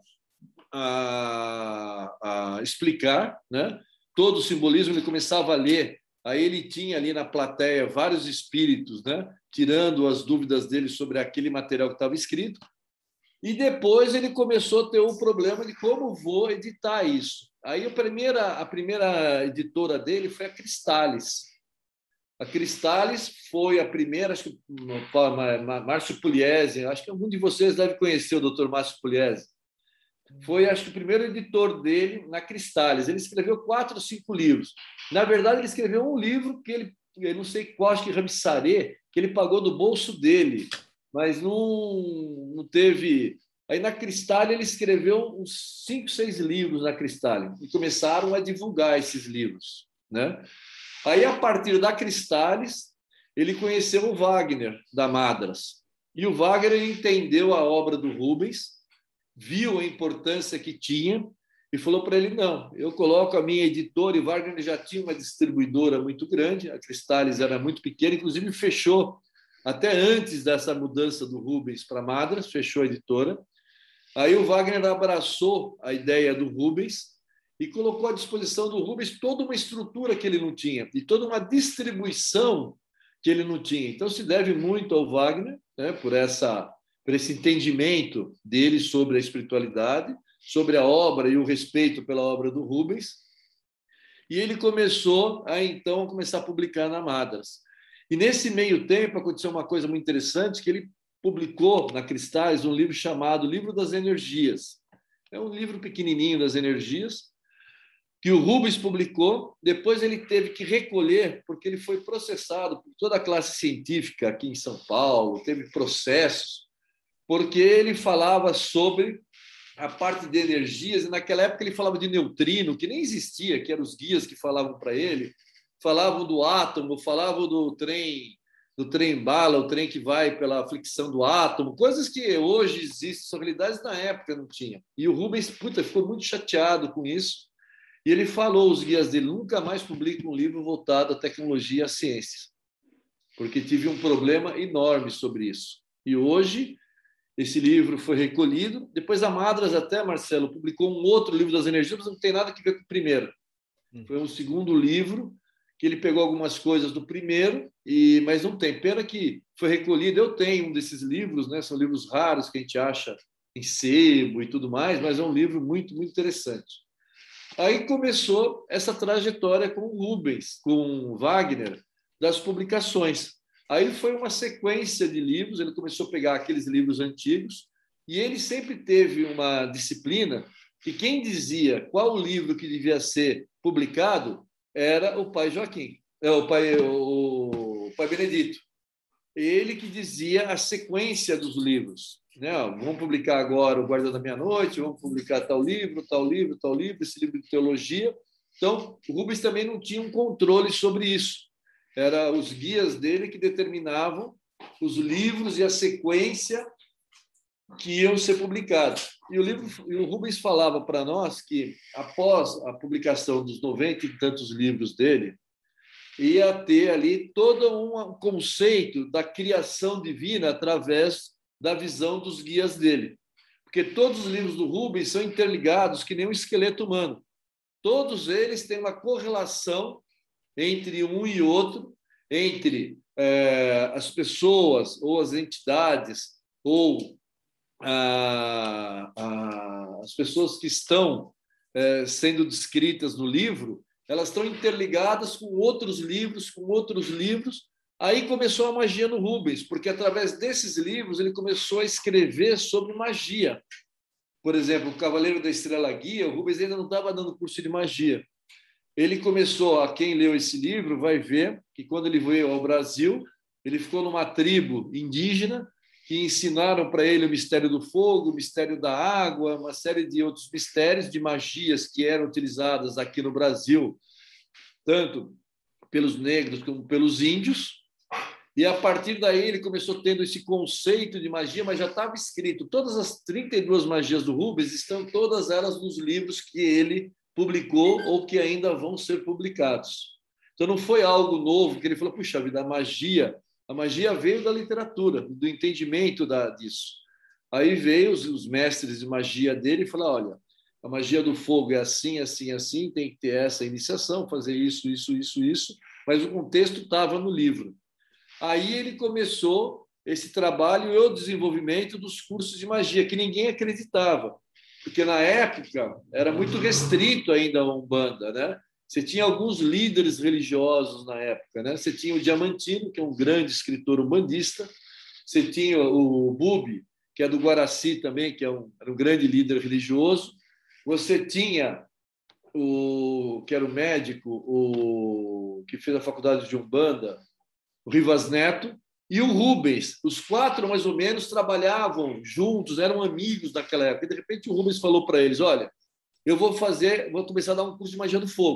a, a explicar, né? Todo o simbolismo. Ele começava a ler, aí ele tinha ali na plateia vários espíritos, né? Tirando as dúvidas dele sobre aquele material que estava escrito. E depois ele começou a ter um problema de como vou editar isso. Aí a primeira, a primeira editora dele foi a Cristales. A Cristales foi a primeira, acho que Márcio Pugliese, acho que algum de vocês deve conhecer o doutor Márcio Pugliese. Foi, acho que, o primeiro editor dele na Cristales. Ele escreveu quatro ou cinco livros. Na verdade, ele escreveu um livro que ele, eu não sei qual, acho que Ramissaré, que ele pagou do bolso dele, mas não, não teve... Aí, na Cristale, ele escreveu uns cinco, seis livros na Cristale, e começaram a divulgar esses livros, né? Aí, a partir da Cristales, ele conheceu o Wagner, da Madras. E o Wagner entendeu a obra do Rubens, viu a importância que tinha e falou para ele, não, eu coloco a minha editora, e o Wagner já tinha uma distribuidora muito grande, a Cristales era muito pequena, inclusive fechou, até antes dessa mudança do Rubens para Madras, fechou a editora. Aí o Wagner abraçou a ideia do Rubens e colocou à disposição do Rubens toda uma estrutura que ele não tinha e toda uma distribuição que ele não tinha. Então, se deve muito ao Wagner, né, por, essa, por esse entendimento dele sobre a espiritualidade, sobre a obra e o respeito pela obra do Rubens. E ele começou a, então, começar a publicar na Madras. E, nesse meio tempo, aconteceu uma coisa muito interessante, que ele publicou na Cristales um livro chamado Livro das Energias. É um livro pequenininho das energias, que o Rubens publicou, depois ele teve que recolher, porque ele foi processado por toda a classe científica aqui em São Paulo, teve processos, porque ele falava sobre a parte de energias, e naquela época ele falava de neutrino, que nem existia, que eram os guias que falavam para ele, falavam do átomo, falavam do trem, do trem bala, o trem que vai pela fricção do átomo, coisas que hoje existem, são realidades na época não tinha. E o Rubens, puta, ficou muito chateado com isso, e ele falou, os guias dele, nunca mais publica um livro voltado à tecnologia e às ciências, porque tive um problema enorme sobre isso. E hoje, esse livro foi recolhido. Depois a Madras até, Marcelo, publicou um outro livro das energias, mas não tem nada a ver com o primeiro. Foi um segundo livro, que ele pegou algumas coisas do primeiro, e, mas não tem. Pena que foi recolhido. Eu tenho um desses livros, né? São livros raros que a gente acha em sebo e tudo mais, mas é um livro muito, muito interessante. Aí começou essa trajetória com o Rubens, com o Wagner, das publicações. Aí foi uma sequência de livros, ele começou a pegar aqueles livros antigos, e ele sempre teve uma disciplina que quem dizia qual o livro que devia ser publicado era o pai Joaquim, é, o, pai, o, o pai Benedito. Ele que dizia a sequência dos livros. Né? Vamos publicar agora o Guarda da Meia-Noite, vamos publicar tal livro, tal livro, tal livro, esse livro de teologia. Então, o Rubens também não tinha um controle sobre isso. Eram os guias dele que determinavam os livros e a sequência que iam ser publicados. E o, livro, e o Rubens falava para nós que, após a publicação dos noventa e tantos livros dele, ia ter ali todo um conceito da criação divina através da visão dos guias dele. Porque todos os livros do Rubens são interligados que nem um esqueleto humano. Todos eles têm uma correlação entre um e outro, entre é, as pessoas ou as entidades ou a, a, as pessoas que estão é, sendo descritas no livro, elas estão interligadas com outros livros, com outros livros. Aí começou a magia no Rubens, porque através desses livros ele começou a escrever sobre magia. Por exemplo, o Cavaleiro da Estrela Guia, o Rubens ainda não estava dando curso de magia. Ele começou, a quem leu esse livro vai ver que quando ele veio ao Brasil, ele ficou numa tribo indígena que ensinaram para ele o mistério do fogo, o mistério da água, uma série de outros mistérios de magias que eram utilizadas aqui no Brasil, tanto pelos negros como pelos índios. E, a partir daí, ele começou tendo esse conceito de magia, mas já estava escrito. Todas as trinta e duas magias do Rubens estão todas elas nos livros que ele publicou ou que ainda vão ser publicados. Então, não foi algo novo que ele falou, puxa vida, a magia... A magia veio da literatura, do entendimento da, disso. Aí veio os, os mestres de magia dele e falaram, olha, a magia do fogo é assim, assim, assim, tem que ter essa iniciação, fazer isso, isso, isso, isso, mas o contexto estava no livro. Aí ele começou esse trabalho e o desenvolvimento dos cursos de magia, que ninguém acreditava, porque na época era muito restrito ainda a Umbanda, né? Você tinha alguns líderes religiosos na época, né? Você tinha o Diamantino, que é um grande escritor umbandista, você tinha o Bubi, que é do Guaraci também, que é um, era um grande líder religioso, você tinha o que era o médico, o que fez a faculdade de Umbanda, o Rivas Neto, e o Rubens. Os quatro, mais ou menos, trabalhavam juntos, eram amigos naquela época. E, de repente, o Rubens falou para eles, olha, eu vou fazer, vou começar a dar um curso de magia do fogo.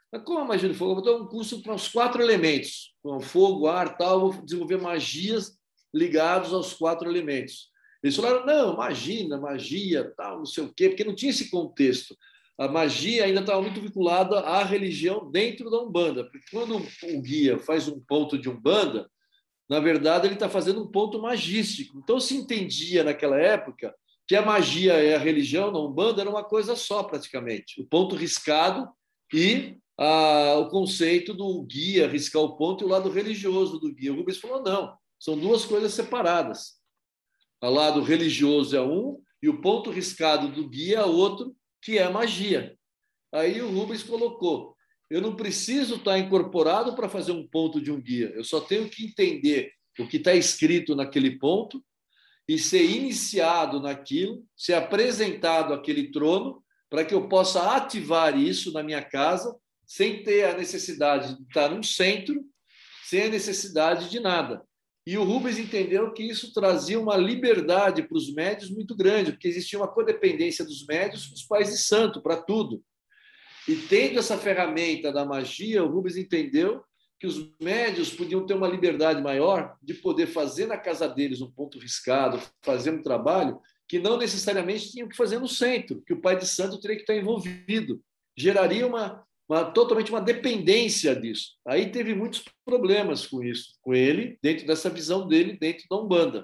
Mas como a magia do fogo? Eu vou dar um curso para os quatro elementos, com fogo, ar, tal, vou desenvolver magias ligadas aos quatro elementos. Eles falaram, não, imagina, magia, tal, não sei o quê, porque não tinha esse contexto. A magia ainda estava muito vinculada à religião dentro da Umbanda, porque quando o guia faz um ponto de Umbanda, na verdade, ele está fazendo um ponto magístico. Então, se entendia naquela época que a magia e a religião na Umbanda era uma coisa só, praticamente. O ponto riscado e a, o conceito do guia riscar o ponto e o lado religioso do guia. O Rubens falou, não, são duas coisas separadas. O lado religioso é um e o ponto riscado do guia é outro, que é a magia. Aí o Rubens colocou, eu não preciso estar incorporado para fazer um ponto de um guia, eu só tenho que entender o que está escrito naquele ponto e ser iniciado naquilo, ser apresentado aquele trono, para que eu possa ativar isso na minha casa, sem ter a necessidade de estar num centro, sem a necessidade de nada. E o Rubens entendeu que isso trazia uma liberdade para os médios muito grande, porque existia uma codependência dos médios com os pais de santo, para tudo. E tendo essa ferramenta da magia, o Rubens entendeu que os médios podiam ter uma liberdade maior de poder fazer na casa deles um ponto riscado, fazer um trabalho que não necessariamente tinham que fazer no centro, que o pai de santo teria que estar envolvido. Geraria uma, uma, totalmente uma dependência disso. Aí teve muitos problemas com isso, com ele, dentro dessa visão dele, dentro da Umbanda.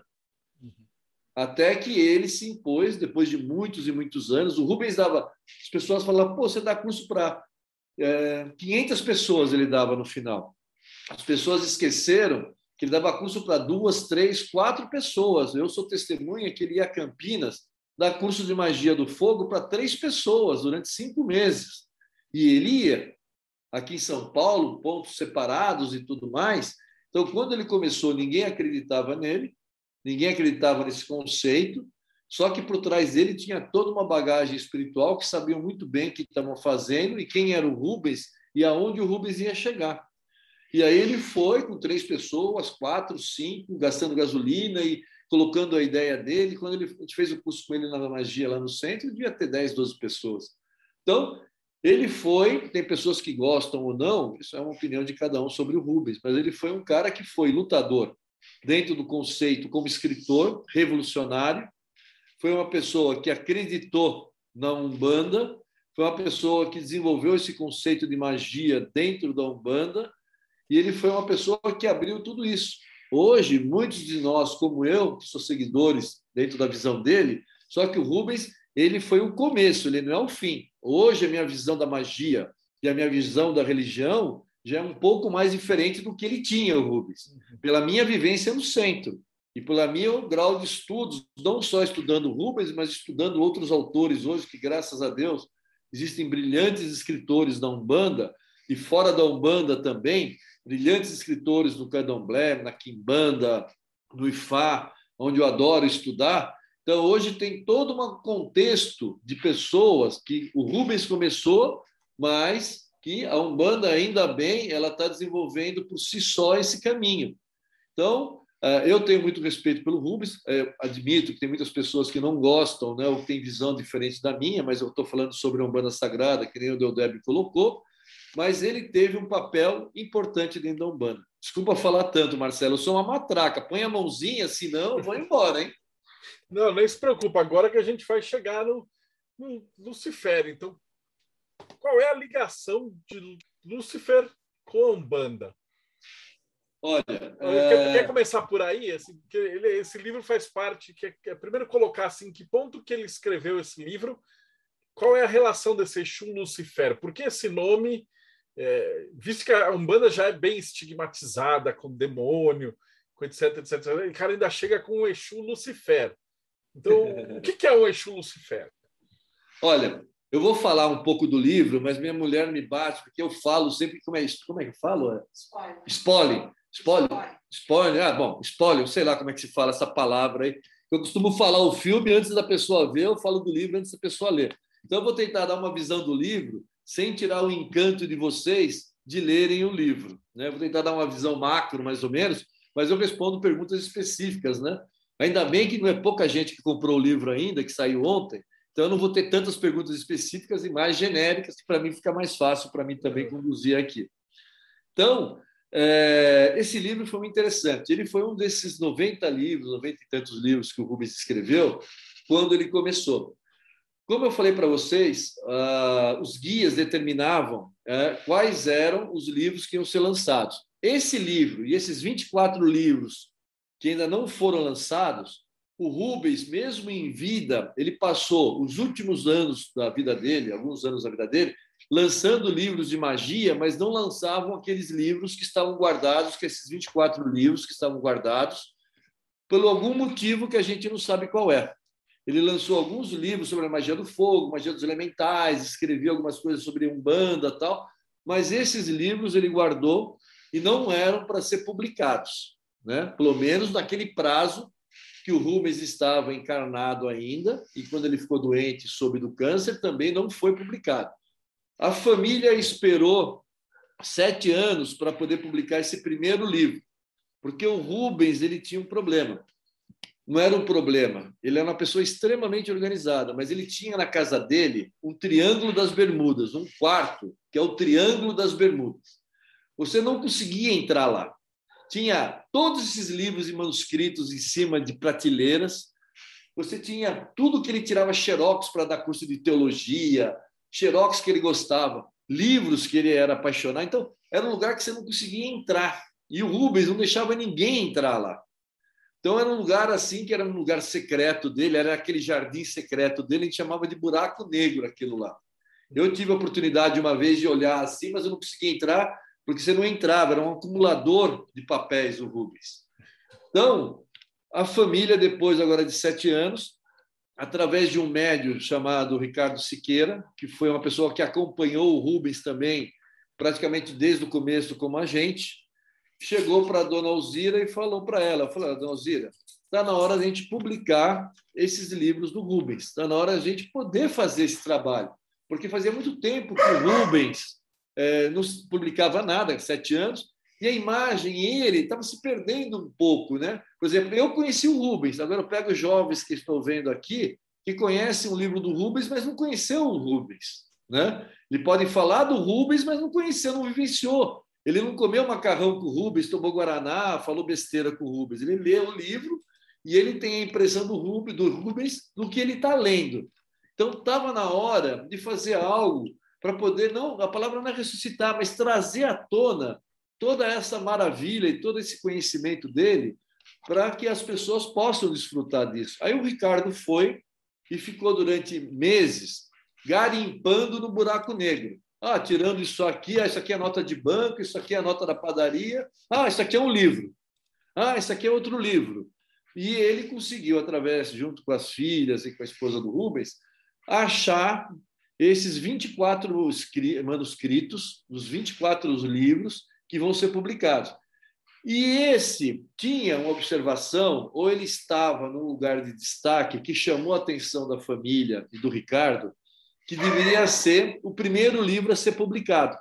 Até que ele se impôs, depois de muitos e muitos anos. O Rubens dava... As pessoas falavam, pô, você dá curso para é, quinhentas pessoas, ele dava no final. As pessoas esqueceram que ele dava curso para duas, três, quatro pessoas. Eu sou testemunha que ele ia a Campinas dar curso de magia do fogo para três pessoas durante cinco meses. E ele ia aqui em São Paulo, pontos separados e tudo mais. Então, quando ele começou, ninguém acreditava nele, ninguém acreditava nesse conceito, só que por trás dele tinha toda uma bagagem espiritual que sabiam muito bem o que estavam fazendo e quem era o Rubens e aonde o Rubens ia chegar. E aí ele foi com três pessoas, quatro, cinco, gastando gasolina e colocando a ideia dele. Quando ele, a gente fez o curso com ele na magia lá no centro, devia ter dez, doze pessoas. Então, ele foi, tem pessoas que gostam ou não, isso é uma opinião de cada um sobre o Rubens, mas ele foi um cara que foi lutador dentro do conceito como escritor, revolucionário, foi uma pessoa que acreditou na Umbanda, foi uma pessoa que desenvolveu esse conceito de magia dentro da Umbanda, e ele foi uma pessoa que abriu tudo isso. Hoje, muitos de nós, como eu, que sou seguidores dentro da visão dele, só que o Rubens, ele foi o começo, ele não é o fim. Hoje, a minha visão da magia e a minha visão da religião já é um pouco mais diferente do que ele tinha, o Rubens. Pela minha vivência no centro e pelo meu grau de estudos, não só estudando o Rubens, mas estudando outros autores hoje, que, graças a Deus, existem brilhantes escritores da Umbanda e fora da Umbanda também, brilhantes escritores no Candomblé, na Quimbanda, no Ifá, onde eu adoro estudar. Então, hoje tem todo um contexto de pessoas que o Rubens começou, mas que a Umbanda, ainda bem, ela está desenvolvendo por si só esse caminho. Então, eu tenho muito respeito pelo Rubens, admito que tem muitas pessoas que não gostam, né, ou que têm visão diferente da minha, mas eu estou falando sobre a Umbanda Sagrada, que nem o Deodébio colocou, mas ele teve um papel importante dentro da Umbanda. Desculpa falar tanto, Marcelo, eu sou uma matraca, põe a mãozinha, senão eu vou embora, hein? Não, nem se preocupa, agora que a gente vai chegar no, no Lucifer. Então, qual é a ligação de Lucifer com a Umbanda? Olha, é... quer, quer começar por aí? Assim, que ele, esse livro faz parte, que é, que é primeiro colocar assim, que ponto que ele escreveu esse livro, qual é a relação desse Exu Lucifer? Por que esse nome, é, visto que a Umbanda já é bem estigmatizada com demônio, com etc, etc, o cara ainda chega com o Exu Lucifer. Então, o que é o Exu Lucifer? Olha, eu vou falar um pouco do livro, mas minha mulher me bate, porque eu falo sempre... Como é isso? Como é que eu falo? Spoiler. Spoiler. Spoiler. Spoiler. Ah, bom, spoiler, sei lá como é que se fala essa palavra aí. Eu costumo falar o filme antes da pessoa ver, eu falo do livro antes da pessoa ler. Então, eu vou tentar dar uma visão do livro sem tirar o encanto de vocês de lerem o livro, né? Vou tentar dar uma visão macro, mais ou menos, mas eu respondo perguntas específicas, né? Ainda bem que não é pouca gente que comprou o livro ainda, que saiu ontem, Então, eu não vou ter tantas perguntas específicas e mais genéricas, que para mim fica mais fácil para mim também conduzir aqui. Então, é, esse livro foi muito interessante. Ele foi um desses noventa livros, noventa e tantos livros que o Rubens escreveu quando ele começou. Como eu falei para vocês, uh, os guias determinavam uh, quais eram os livros que iam ser lançados. Esse livro e esses vinte e quatro livros que ainda não foram lançados, o Rubens, mesmo em vida, ele passou os últimos anos da vida dele, alguns anos da vida dele, lançando livros de magia, mas não lançavam aqueles livros que estavam guardados, que esses vinte e quatro livros que estavam guardados, por algum motivo que a gente não sabe qual é. Ele lançou alguns livros sobre a magia do fogo, magia dos elementais, escreveu algumas coisas sobre Umbanda e tal, mas esses livros ele guardou e não eram para ser publicados, né? Pelo menos naquele prazo que o Rubens estava encarnado ainda, e quando ele ficou doente, soube do câncer, também não foi publicado. A família esperou sete anos para poder publicar esse primeiro livro, porque o Rubens ele tinha um problema. Não era um problema, ele era uma pessoa extremamente organizada, mas ele tinha na casa dele um Triângulo das Bermudas, um quarto, que é o Triângulo das Bermudas. Você não conseguia entrar lá. Tinha todos esses livros e manuscritos em cima de prateleiras. Você tinha tudo que ele tirava xerox para dar curso de teologia, xerox que ele gostava, livros que ele era apaixonado. Então, era um lugar que você não conseguia entrar. E o Rubens não deixava ninguém entrar lá. Então, era um lugar assim, que era um lugar secreto dele, era aquele jardim secreto dele, a gente chamava de buraco negro aquilo lá. Eu tive a oportunidade uma vez de olhar assim, mas eu não conseguia entrar, porque você não entrava, era um acumulador de papéis, o Rubens. Então, a família, depois agora de sete anos, através de um médium chamado Ricardo Siqueira, que foi uma pessoa que acompanhou o Rubens também, praticamente desde o começo como agente, chegou para a dona Alzira e falou para ela, falou, dona Alzira, está na hora de a gente publicar esses livros do Rubens, está na hora de a gente poder fazer esse trabalho, porque fazia muito tempo que o Rubens É, não publicava nada, sete anos, e a imagem, ele estava se perdendo um pouco, né? Por exemplo, eu conheci o Rubens, agora eu pego os jovens que estou vendo aqui, que conhecem o livro do Rubens, mas não conheceu o Rubens, né? Ele pode falar do Rubens, mas não conheceu, não vivenciou. Ele não comeu macarrão com o Rubens, tomou guaraná, falou besteira com o Rubens. Ele lê o livro e ele tem a impressão do Rubens, do Rubens do que ele está lendo. Então, estava na hora de fazer algo para poder, não, a palavra não é ressuscitar, mas trazer à tona toda essa maravilha e todo esse conhecimento dele para que as pessoas possam desfrutar disso. Aí o Ricardo foi e ficou durante meses garimpando no buraco negro. Ah, tirando isso aqui, ah, isso aqui é nota de banco, isso aqui é a nota da padaria, ah, isso aqui é um livro, ah, isso aqui é outro livro. E ele conseguiu, através, junto com as filhas e com a esposa do Rubens, achar esses vinte e quatro manuscritos, os vinte e quatro livros que vão ser publicados. E esse tinha uma observação, ou ele estava num lugar de destaque que chamou a atenção da família e do Ricardo, que deveria ser o primeiro livro a ser publicado.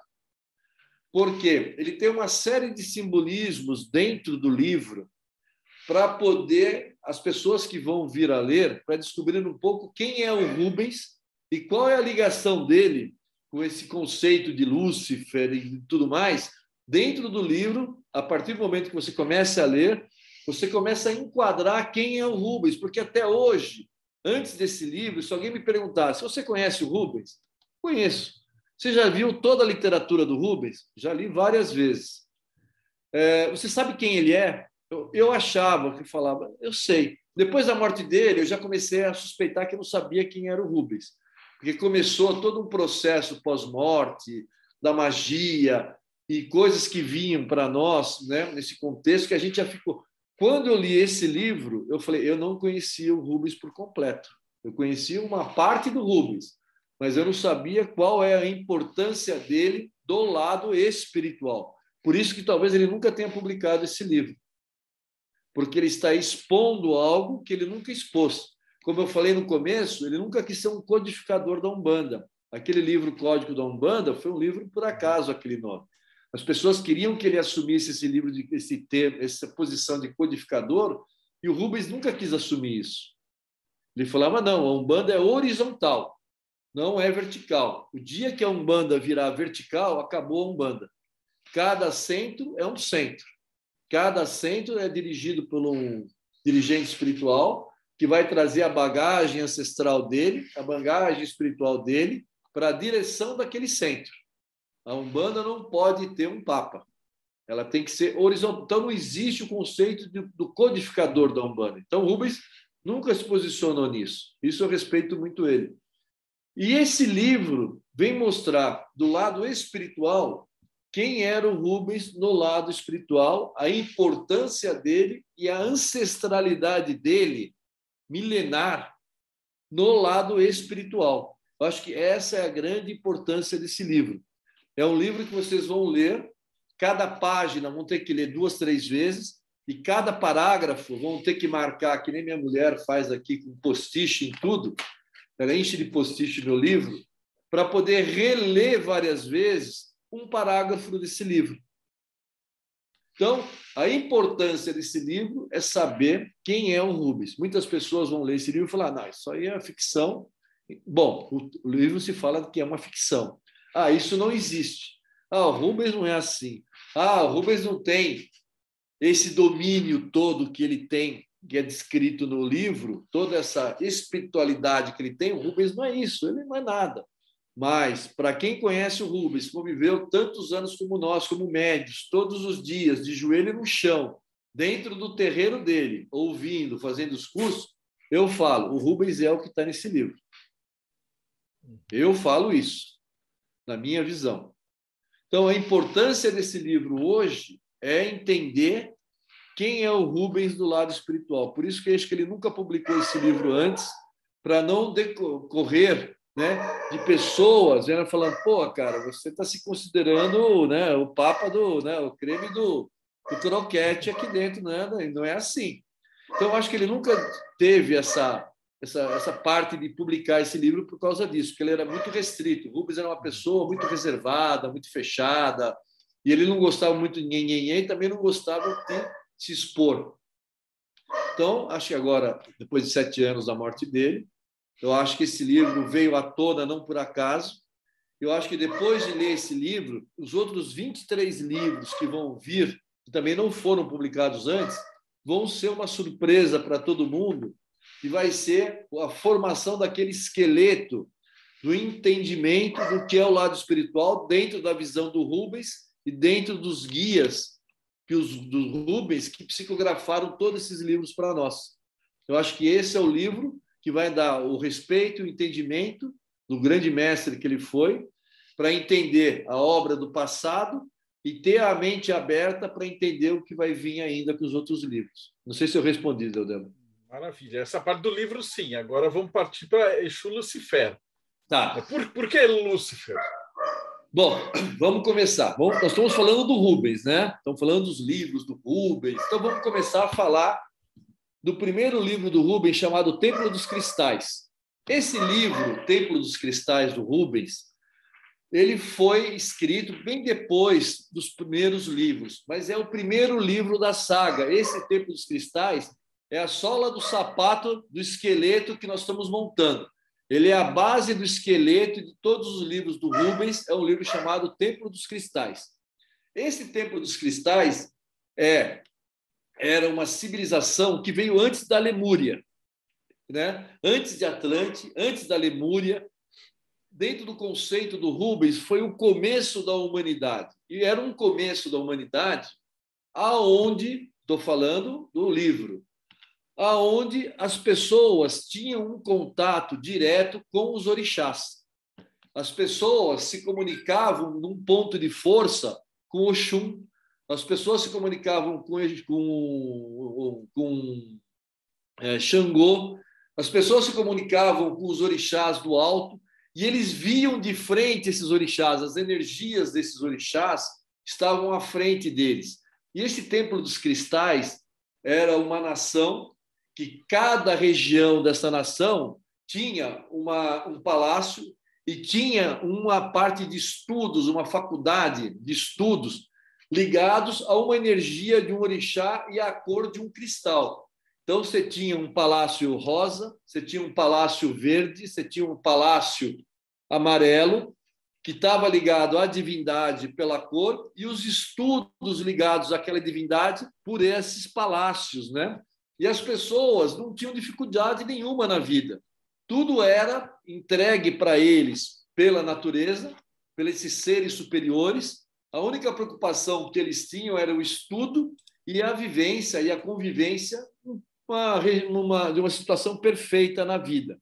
Porque ele tem uma série de simbolismos dentro do livro para poder, as pessoas que vão vir a ler, para descobrir um pouco quem é o Rubens e qual é a ligação dele com esse conceito de Lúcifer e tudo mais. Dentro do livro, a partir do momento que você começa a ler, você começa a enquadrar quem é o Rubens, porque até hoje, antes desse livro, se alguém me perguntasse, você conhece o Rubens? Conheço. Você já viu toda a literatura do Rubens? Já li várias vezes. É, você sabe quem ele é? Eu, eu achava que falava, eu sei. Depois da morte dele, eu já comecei a suspeitar que eu não sabia quem era o Rubens, porque começou todo um processo pós-morte, da magia e coisas que vinham para nós, né, nesse contexto que a gente já ficou. Quando eu li esse livro, eu falei, eu não conhecia o Rubens por completo. Eu conhecia uma parte do Rubens, mas eu não sabia qual é a importância dele do lado espiritual. Por isso que talvez ele nunca tenha publicado esse livro, porque ele está expondo algo que ele nunca expôs. Como eu falei no começo, ele nunca quis ser um codificador da Umbanda. Aquele livro Código da Umbanda foi um livro por acaso, aquele nome. As pessoas queriam que ele assumisse esse livro, de, esse termo, essa posição de codificador, e o Rubens nunca quis assumir isso. Ele falava, não, a Umbanda é horizontal, não é vertical. O dia que a Umbanda virar vertical, acabou a Umbanda. Cada centro é um centro. Cada centro é dirigido por um dirigente espiritual que vai trazer a bagagem ancestral dele, a bagagem espiritual dele, para a direção daquele centro. A Umbanda não pode ter um papa. Ela tem que ser horizontal. Então, não existe o conceito de, do codificador da Umbanda. Então, o Rubens nunca se posicionou nisso. Isso eu respeito muito ele. E esse livro vem mostrar, do lado espiritual, quem era o Rubens no lado espiritual, a importância dele e a ancestralidade dele, milenar, no lado espiritual. Eu acho que essa é a grande importância desse livro. É um livro que vocês vão ler, cada página vão ter que ler duas, três vezes, e cada parágrafo vão ter que marcar, que nem minha mulher faz aqui, com post-it em tudo, ela enche de post-it meu livro, para poder reler várias vezes um parágrafo desse livro. Então, a importância desse livro é saber quem é o Rubens. Muitas pessoas vão ler esse livro e falar, não, isso aí é ficção. Bom, o livro se fala que é uma ficção. Ah, isso não existe. Ah, o Rubens não é assim. Ah, o Rubens não tem esse domínio todo que ele tem, que é descrito no livro, toda essa espiritualidade que ele tem. O Rubens não é isso, ele não é nada. Mas, para quem conhece o Rubens, conviveu tantos anos como nós, como médios, todos os dias, de joelho no chão, dentro do terreiro dele, ouvindo, fazendo os cursos, eu falo, o Rubens é o que está nesse livro. Eu falo isso, na minha visão. Então, a importância desse livro hoje é entender quem é o Rubens do lado espiritual. Por isso que eu acho que ele nunca publicou esse livro antes, para não decorrer, né, de pessoas né, falando, pô, cara, você está se considerando, né, o papa do, né, o creme do, do croquete aqui dentro, né? Não é assim. Então, eu acho que ele nunca teve essa, essa, essa parte de publicar esse livro por causa disso, porque ele era muito restrito. O Rubens era uma pessoa muito reservada, muito fechada, e ele não gostava muito de nhenhenhê e também não gostava de se expor. Então, acho que agora, depois de sete anos da morte dele, eu acho que esse livro veio à tona não por acaso. Eu acho que depois de ler esse livro, os outros vinte e três livros que vão vir, que também não foram publicados antes, vão ser uma surpresa para todo mundo, e vai ser a formação daquele esqueleto do entendimento do que é o lado espiritual dentro da visão do Rubens e dentro dos guias que os, dos Rubens que psicografaram todos esses livros para nós. Eu acho que esse é o livro que vai dar o respeito e o entendimento do grande mestre que ele foi, para entender a obra do passado e ter a mente aberta para entender o que vai vir ainda com os outros livros. Não sei se eu respondi, Deodemo. Maravilha. Essa parte do livro, sim. Agora vamos partir para Exu Lucifer. Tá. Por, por que Lúcifer? Bom, vamos começar. Bom, nós estamos falando do Rubens, né? Estamos falando dos livros do Rubens. Então, vamos começar a falar do primeiro livro do Rubens, chamado Templo dos Cristais. Esse livro, Templo dos Cristais, do Rubens, ele foi escrito bem depois dos primeiros livros, mas é o primeiro livro da saga. Esse Templo dos Cristais é a sola do sapato do esqueleto que nós estamos montando. Ele é a base do esqueleto de todos os livros do Rubens, é um livro chamado Templo dos Cristais. Esse Templo dos Cristais é, era uma civilização que veio antes da Lemúria, né? Antes de Atlante, antes da Lemúria. Dentro do conceito do Rubens, foi o começo da humanidade. E era um começo da humanidade aonde, estou falando do livro, aonde as pessoas tinham um contato direto com os orixás. As pessoas se comunicavam num ponto de força com Oxum, as pessoas se comunicavam com, com, com é, Xangô, as pessoas se comunicavam com os orixás do alto, e eles viam de frente esses orixás, as energias desses orixás estavam à frente deles. E esse Templo dos Cristais era uma nação que cada região dessa nação tinha uma, um palácio e tinha uma parte de estudos, uma faculdade de estudos ligados a uma energia de um orixá e à cor de um cristal. Então, você tinha um palácio rosa, você tinha um palácio verde, você tinha um palácio amarelo, que estava ligado à divindade pela cor, e os estudos ligados àquela divindade por esses palácios, né? E as pessoas não tinham dificuldade nenhuma na vida. Tudo era entregue para eles pela natureza, pelos esses seres superiores. A única preocupação que eles tinham era o estudo e a vivência e a convivência numa, numa, de uma situação perfeita na vida.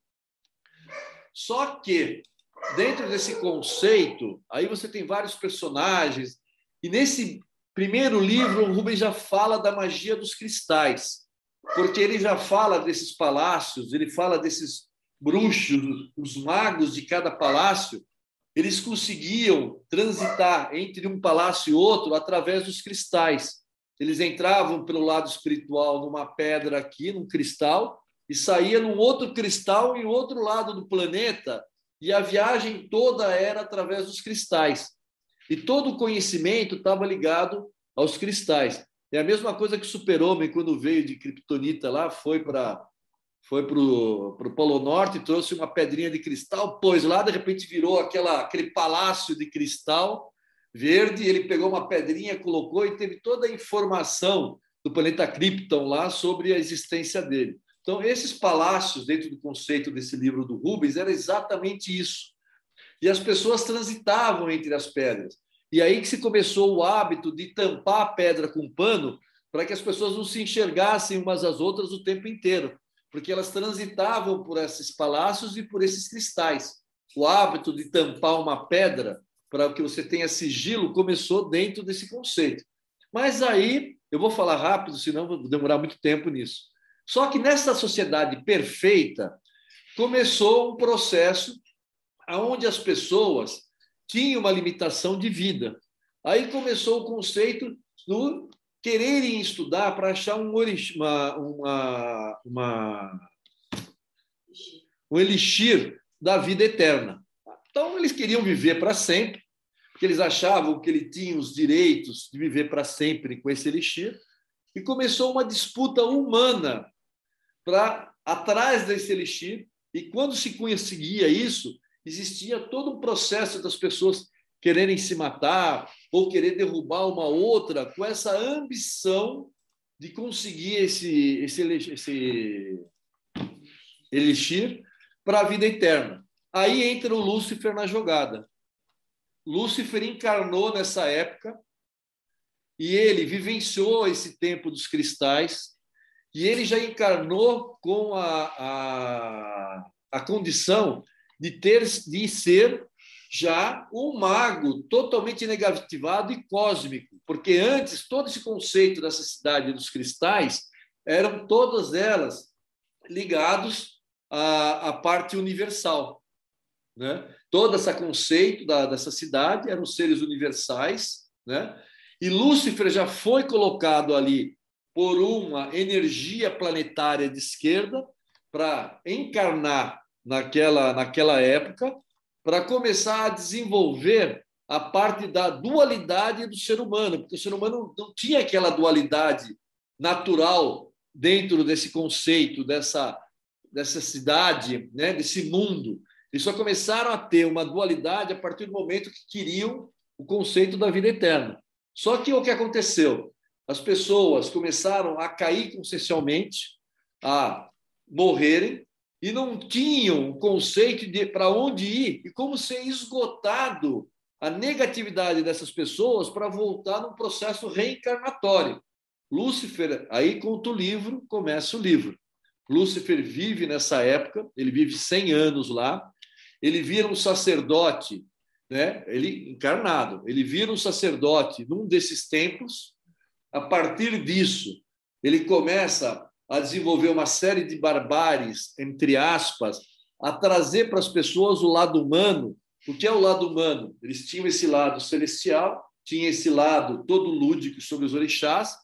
Só que, dentro desse conceito, aí você tem vários personagens, e nesse primeiro livro o Rubens já fala da magia dos cristais, porque ele já fala desses palácios, ele fala desses bruxos, os magos de cada palácio, eles conseguiam transitar entre um palácio e outro através dos cristais. Eles entravam pelo lado espiritual numa pedra aqui, num cristal, e saía num outro cristal em outro lado do planeta, e a viagem toda era através dos cristais. E todo o conhecimento estava ligado aos cristais. É a mesma coisa que o Super-Homem, quando veio de Kryptonita lá, foi para foi para o Polo Norte, trouxe uma pedrinha de cristal, pôs lá, de repente virou aquela, aquele palácio de cristal verde, ele pegou uma pedrinha, colocou e teve toda a informação do planeta Krypton lá sobre a existência dele. Então, esses palácios, dentro do conceito desse livro do Rubens, era exatamente isso. E as pessoas transitavam entre as pedras. E aí que se começou o hábito de tampar a pedra com pano para que as pessoas não se enxergassem umas às outras o tempo inteiro, porque elas transitavam por esses palácios e por esses cristais. O hábito de tampar uma pedra para que você tenha sigilo começou dentro desse conceito. Mas aí, eu vou falar rápido, senão vou demorar muito tempo nisso. Só que nessa sociedade perfeita, começou um processo onde as pessoas tinham uma limitação de vida. Aí começou o conceito do quererem estudar para achar um, uma, uma, uma, um elixir da vida eterna. Então, eles queriam viver para sempre, porque eles achavam que ele tinha os direitos de viver para sempre com esse elixir, e começou uma disputa humana para atrás desse elixir, e quando se conseguia isso, existia todo um processo das pessoas quererem se matar ou querer derrubar uma outra com essa ambição de conseguir esse, esse, esse elixir para a vida eterna. Aí entra o Lúcifer na jogada. Lúcifer encarnou nessa época e ele vivenciou esse tempo dos cristais e ele já encarnou com a, a, a condição de, ter, de ser já um mago totalmente negativado e cósmico, porque antes todo esse conceito dessa cidade dos cristais eram todas elas ligados à, à parte universal, né? Todo esse conceito da, dessa cidade eram seres universais, né? E Lúcifer já foi colocado ali por uma energia planetária de esquerda para encarnar naquela, naquela época, para começar a desenvolver a parte da dualidade do ser humano, porque o ser humano não tinha aquela dualidade natural dentro desse conceito, dessa, dessa cidade, né, desse mundo. Eles só começaram a ter uma dualidade a partir do momento que queriam o conceito da vida eterna. Só que o que aconteceu? As pessoas começaram a cair consciencialmente, a morrerem, e não tinham o conceito de para onde ir e como ser esgotado a negatividade dessas pessoas para voltar num processo reencarnatório. Lúcifer, aí conta o livro, começa o livro. Lúcifer vive nessa época, ele vive cem anos lá, ele vira um sacerdote, né? Ele encarnado, ele vira um sacerdote num desses templos. A partir disso, ele começa a desenvolver uma série de barbáries, entre aspas, a trazer para as pessoas o lado humano. O que é o lado humano? Eles tinham esse lado celestial, tinha esse lado todo lúdico sobre os orixás,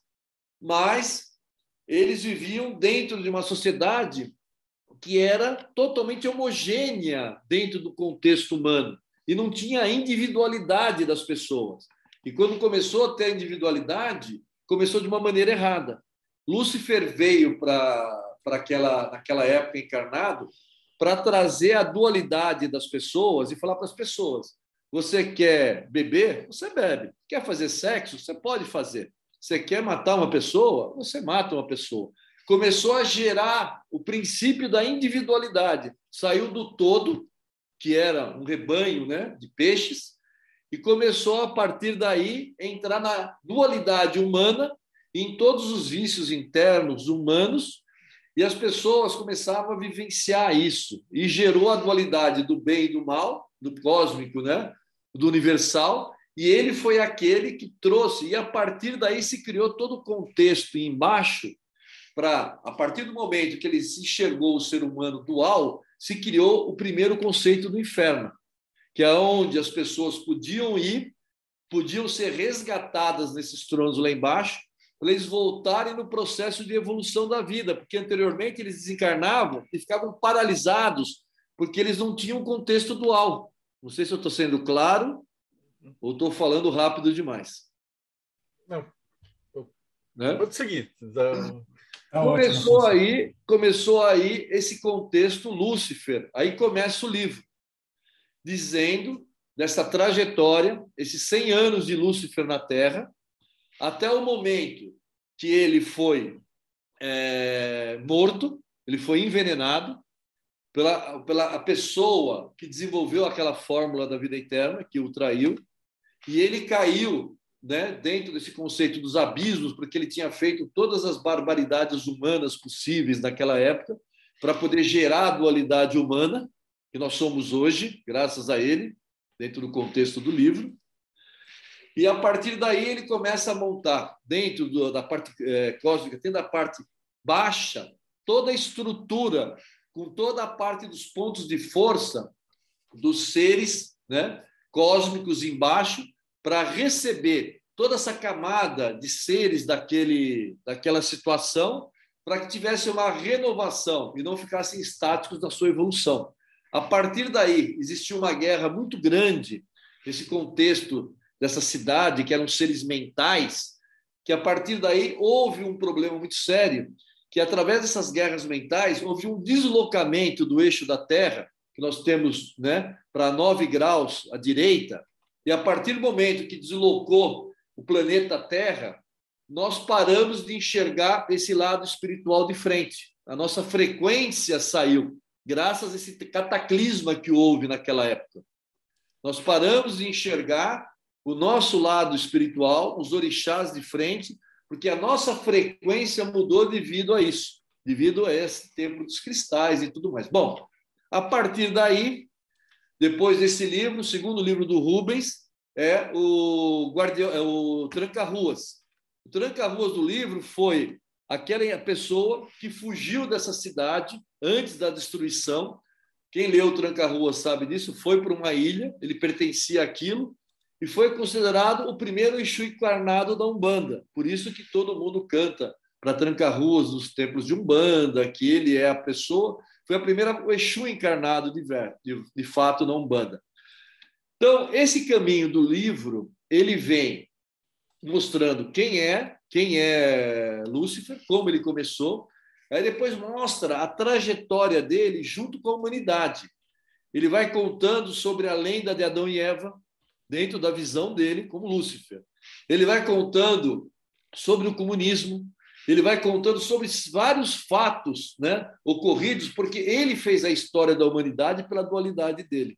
mas eles viviam dentro de uma sociedade que era totalmente homogênea dentro do contexto humano e não tinha a individualidade das pessoas. E quando começou a ter a individualidade, começou de uma maneira errada. Lúcifer veio para aquela, naquela época encarnado para trazer a dualidade das pessoas e falar para as pessoas: você quer beber? Você bebe. Quer fazer sexo? Você pode fazer. Você quer matar uma pessoa? Você mata uma pessoa. Começou a gerar o princípio da individualidade. Saiu do todo, que era um rebanho, né, de peixes, e começou, a partir daí, a entrar na dualidade humana, em todos os vícios internos humanos, e as pessoas começavam a vivenciar isso, e gerou a dualidade do bem e do mal, do cósmico, né, do universal, e ele foi aquele que trouxe, e a partir daí se criou todo o contexto embaixo, para, a partir do momento que ele se enxergou o ser humano dual, se criou o primeiro conceito do inferno, que é onde as pessoas podiam ir, podiam ser resgatadas nesses tronos lá embaixo, para eles voltarem no processo de evolução da vida, porque anteriormente eles desencarnavam e ficavam paralisados, porque eles não tinham contexto dual. Não sei se eu estou sendo claro ou estou falando rápido demais. Não. Né? Pode seguir. Então... Começou aí, começou aí esse contexto Lúcifer. Aí começa o livro, dizendo dessa trajetória, esses cem anos de Lúcifer na Terra, até o momento que ele foi é, morto, ele foi envenenado pela, pela a pessoa que desenvolveu aquela fórmula da vida eterna, que o traiu, e ele caiu, né, dentro desse conceito dos abismos, porque ele tinha feito todas as barbaridades humanas possíveis naquela época para poder gerar a dualidade humana que nós somos hoje, graças a ele, dentro do contexto do livro. E, a partir daí, ele começa a montar, dentro do, da parte é, cósmica, tendo a parte baixa, toda a estrutura, com toda a parte dos pontos de força dos seres, né, cósmicos embaixo, para receber toda essa camada de seres daquele, daquela situação, para que tivesse uma renovação e não ficassem estáticos na sua evolução. A partir daí, existiu uma guerra muito grande nesse contexto dessa cidade, que eram seres mentais, que, a partir daí, houve um problema muito sério, que, através dessas guerras mentais, houve um deslocamento do eixo da Terra, que nós temos, né, para nove graus à direita, e, a partir do momento que deslocou o planeta Terra, nós paramos de enxergar esse lado espiritual de frente. A nossa frequência saiu, graças a esse cataclisma que houve naquela época. Nós paramos de enxergar o nosso lado espiritual, os orixás de frente, porque a nossa frequência mudou devido a isso, devido a esse tempo dos cristais e tudo mais. Bom, a partir daí, depois desse livro, o segundo livro do Rubens é o, Guardião, é o Tranca-Ruas. O Tranca-Ruas do livro foi aquela pessoa que fugiu dessa cidade antes da destruição. Quem leu o Tranca-Ruas sabe disso, foi para uma ilha, ele pertencia àquilo, e foi considerado o primeiro Exu encarnado da Umbanda. Por isso que todo mundo canta para Tranca-Ruas nos templos de Umbanda, que ele é a pessoa, foi a primeira o Exu encarnado de, de, de fato na Umbanda. Então, esse caminho do livro, ele vem mostrando quem é, quem é Lúcifer, como ele começou, aí depois mostra a trajetória dele junto com a humanidade. Ele vai contando sobre a lenda de Adão e Eva, dentro da visão dele como Lúcifer. Ele vai contando sobre o comunismo, ele vai contando sobre vários fatos, né, ocorridos, porque ele fez a história da humanidade pela dualidade dele.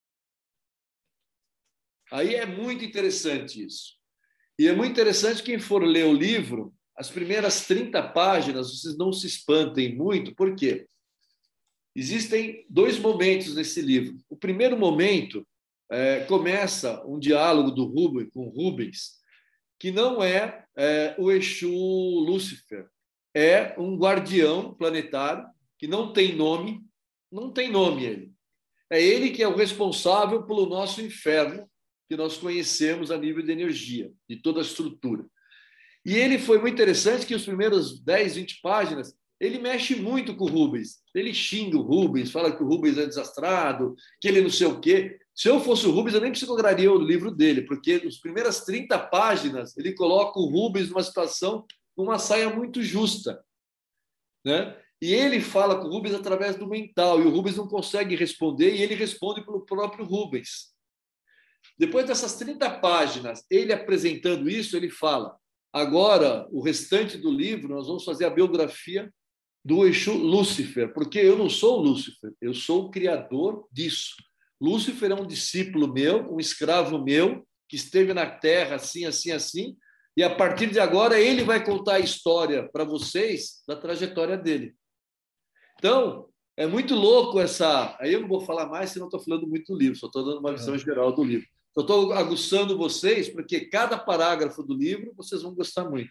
Aí é muito interessante isso. E é muito interessante quem for ler o livro, as primeiras trinta páginas, vocês não se espantem muito, por quê? Existem dois momentos nesse livro. O primeiro momento é, começa um diálogo do Rubens com Rubens, que não é, é o Exu Lúcifer, é um guardião planetário que não tem nome, não tem nome ele. É ele que é o responsável pelo nosso inferno, que nós conhecemos a nível de energia, de toda a estrutura. E ele foi muito interessante que os primeiros dez, vinte páginas, ele mexe muito com o Rubens. Ele xinga o Rubens, fala que o Rubens é desastrado, que ele não sei o quê. Se eu fosse o Rubens, eu nem psicograria o livro dele, porque nas primeiras trinta páginas ele coloca o Rubens numa situação uma saia muito justa, né? E ele fala com o Rubens através do mental, e o Rubens não consegue responder, e ele responde pelo próprio Rubens. Depois dessas trinta páginas, ele apresentando isso, ele fala: agora, o restante do livro, nós vamos fazer a biografia do Exu Lúcifer, porque eu não sou o Lúcifer, eu sou o criador disso. Lúcifer é um discípulo meu, um escravo meu, que esteve na Terra assim, assim, assim, e a partir de agora ele vai contar a história para vocês da trajetória dele. Então, é muito louco essa... Aí eu não vou falar mais, senão estou falando muito do livro, só estou dando uma visão geral do livro. Eu estou aguçando vocês, porque cada parágrafo do livro vocês vão gostar muito.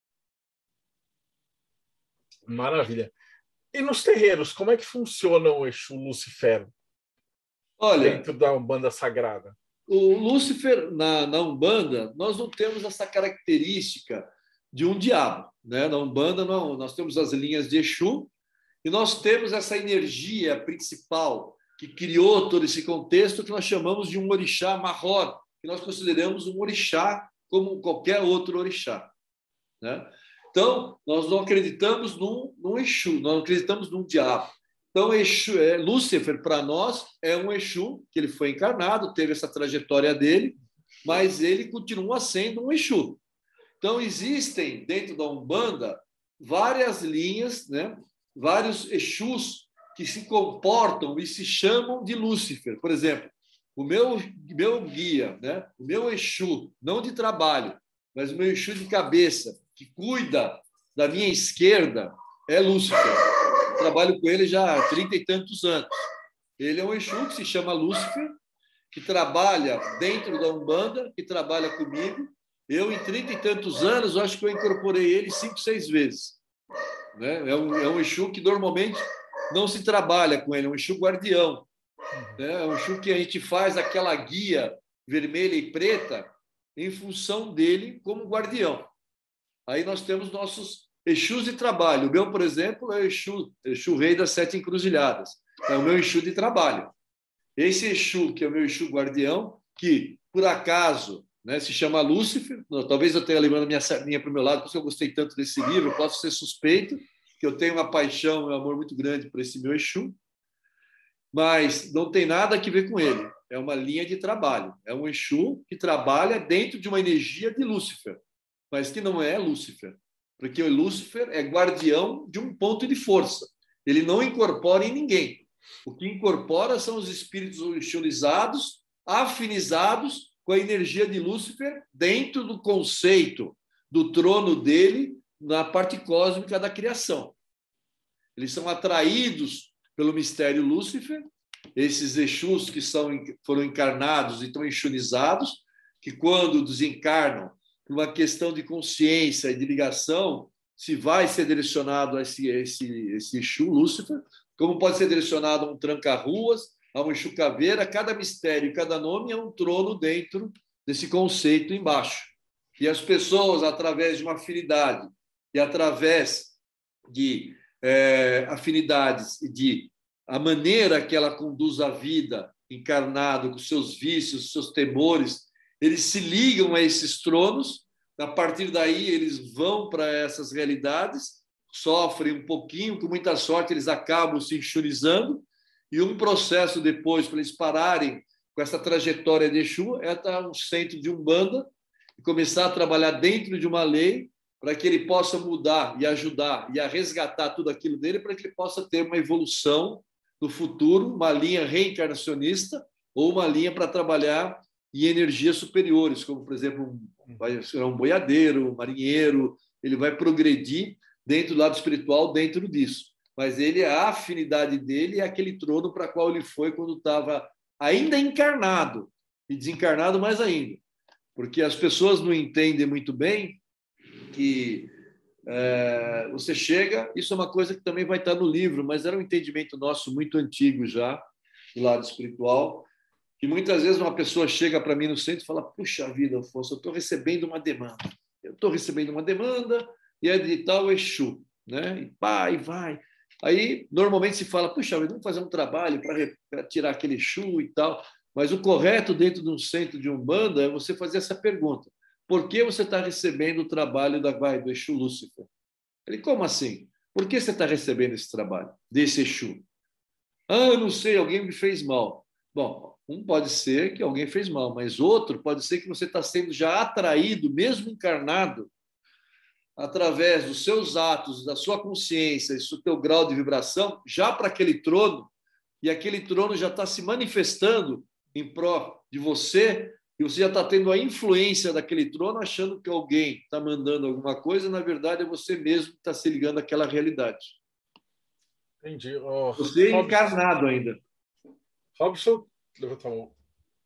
Maravilha. E nos terreiros, como é que funciona o Exu Lúcifer? Olha, dentro da Umbanda Sagrada? O Lúcifer, na, na Umbanda, nós não temos essa característica de um diabo, né? Na Umbanda, não, nós temos as linhas de Exu e nós temos essa energia principal que criou todo esse contexto que nós chamamos de um orixá maior, que nós consideramos um orixá como qualquer outro orixá, né? Então, nós não acreditamos num, num Exu, nós não acreditamos num diabo. Então, Exu, é, Lúcifer, para nós, é um Exu, que ele foi encarnado, teve essa trajetória dele, mas ele continua sendo um Exu. Então, existem, dentro da Umbanda, várias linhas, né? Vários Exus que se comportam e se chamam de Lúcifer. Por exemplo, o meu, meu guia, né? O meu Exu, não de trabalho, mas o meu Exu de cabeça, que cuida da minha esquerda, é Lúcifer. Eu trabalho com ele já há trinta e tantos anos. Ele é um Exu que se chama Lúcifer, que trabalha dentro da Umbanda, que trabalha comigo. Eu, em trinta e tantos anos, eu acho que eu incorporei ele cinco, seis vezes. Né? É, um, é um Exu que normalmente não se trabalha com ele, é um Exu guardião. Né? É um Exu que a gente faz aquela guia vermelha e preta em função dele como guardião. Aí nós temos nossos Exus de trabalho. O meu, por exemplo, é o Exu, Exu Rei das Sete Encruzilhadas. É o meu Exu de trabalho. Esse Exu, que é o meu Exu guardião, que, por acaso, né, se chama Lúcifer. Talvez eu tenha levado minha sardinha para o meu lado, porque eu gostei tanto desse livro, eu posso ser suspeito, que eu tenho uma paixão, um amor muito grande por esse meu Exu. Mas não tem nada a ver com ele. É uma linha de trabalho. É um Exu que trabalha dentro de uma energia de Lúcifer, mas que não é Lúcifer, porque o Lúcifer é guardião de um ponto de força. Ele não incorpora em ninguém. O que incorpora são os espíritos exunizados, afinizados com a energia de Lúcifer dentro do conceito do trono dele na parte cósmica da criação. Eles são atraídos pelo mistério Lúcifer, esses Exus que são, foram encarnados e estão exunizados, que quando desencarnam, por uma questão de consciência e de ligação, se vai ser direcionado a esse, esse, esse Exu Lúcifer, como pode ser direcionado a um tranca-ruas, a um Exu caveira, cada mistério, cada nome é um trono dentro desse conceito embaixo. E as pessoas, através de uma afinidade e através de é, afinidades e de a maneira que ela conduz a vida encarnado, com seus vícios, seus temores, eles se ligam a esses tronos, a partir daí eles vão para essas realidades, sofrem um pouquinho, com muita sorte eles acabam se enxurizando, e um processo depois para eles pararem com essa trajetória de Exu é estar no centro de Umbanda e começar a trabalhar dentro de uma lei para que ele possa mudar e ajudar e a resgatar tudo aquilo dele para que ele possa ter uma evolução no futuro, uma linha reencarnacionista ou uma linha para trabalhar em energias superiores, como, por exemplo, um, vai ser um boiadeiro, um marinheiro, ele vai progredir dentro do lado espiritual, dentro disso. Mas ele, a afinidade dele é aquele trono para qual ele foi quando estava ainda encarnado, e desencarnado mais ainda. Porque as pessoas não entendem muito bem que é, você chega, isso é uma coisa que também vai estar no livro, mas era um entendimento nosso muito antigo já, do lado espiritual, que muitas vezes uma pessoa chega para mim no centro e fala: puxa vida, Afonso, eu estou recebendo uma demanda. Eu estou recebendo uma demanda e é de tal Exu, né? E pá, e vai. Aí, normalmente se fala: puxa, vamos fazer um trabalho para tirar aquele Exu e tal. Mas o correto dentro de um centro de Umbanda é você fazer essa pergunta: por que você está recebendo o trabalho da, vai, do Exu Lúcifer? Ele, como assim? Por que você está recebendo esse trabalho desse Exu? Ah, eu não sei, alguém me fez mal. Bom, um pode ser que alguém fez mal, mas outro pode ser que você está sendo já atraído, mesmo encarnado, através dos seus atos, da sua consciência, do teu grau de vibração, já para aquele trono, e aquele trono já está se manifestando em pró de você, e você já está tendo a influência daquele trono, achando que alguém está mandando alguma coisa, na verdade é você mesmo que está se ligando àquela realidade. Entendi. Oh, você é Robson, encarnado ainda. Robson, levanta a mão.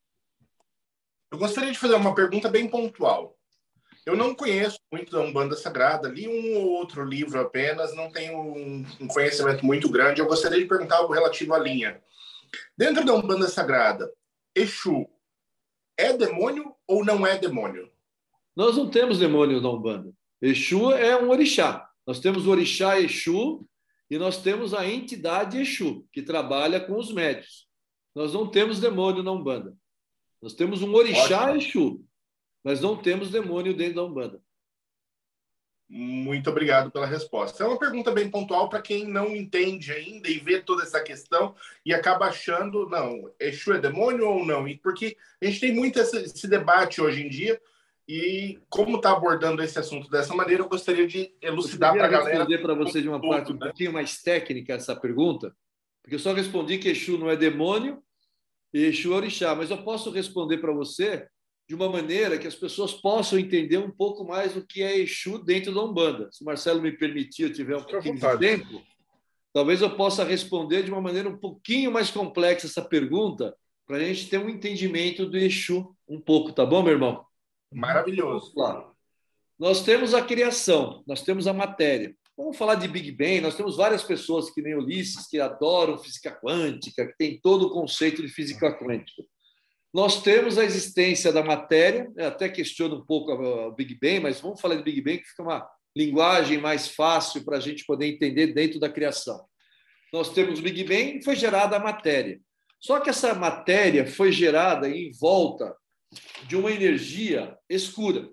Eu gostaria de fazer uma pergunta bem pontual. Eu não conheço muito da Umbanda Sagrada, li um ou outro livro apenas, não tenho um conhecimento muito grande. Eu gostaria de perguntar algo relativo à linha. Dentro da Umbanda Sagrada, Exu é demônio ou não é demônio? Nós não temos demônio na Umbanda. Exu é um orixá. Nós temos o orixá Exu e nós temos a entidade Exu, que trabalha com os médios. Nós não temos demônio na Umbanda. Nós temos um orixá Ótimo. Exu, mas não temos demônio dentro da Umbanda. Muito obrigado pela resposta. É uma pergunta bem pontual para quem não entende ainda e vê toda essa questão e acaba achando, não, Exu é demônio ou não? E porque a gente tem muito esse, esse debate hoje em dia e como está abordando esse assunto dessa maneira, eu gostaria de elucidar para a galera. Eu responder para você de uma todo, parte um né? pouquinho mais técnica essa pergunta, porque eu só respondi que Exu não é demônio e Exu é orixá, mas eu posso responder para você de uma maneira que as pessoas possam entender um pouco mais o que é Exu dentro da Umbanda. Se o Marcelo me permitir, eu tiver um Fique à pouquinho de vontade. tempo, talvez eu possa responder de uma maneira um pouquinho mais complexa essa pergunta, para a gente ter um entendimento do Exu um pouco, tá bom, meu irmão? Maravilhoso. Claro. Nós temos a criação, nós temos a matéria. Vamos falar de Big Bang, nós temos várias pessoas que nem Ulisses, que adoram física quântica, que tem todo o conceito de física quântica. Nós temos a existência da matéria, eu até questiono um pouco o Big Bang, mas vamos falar de Big Bang, que fica uma linguagem mais fácil para a gente poder entender dentro da criação. Nós temos o Big Bang e foi gerada a matéria. Só que essa matéria foi gerada em volta de uma energia escura.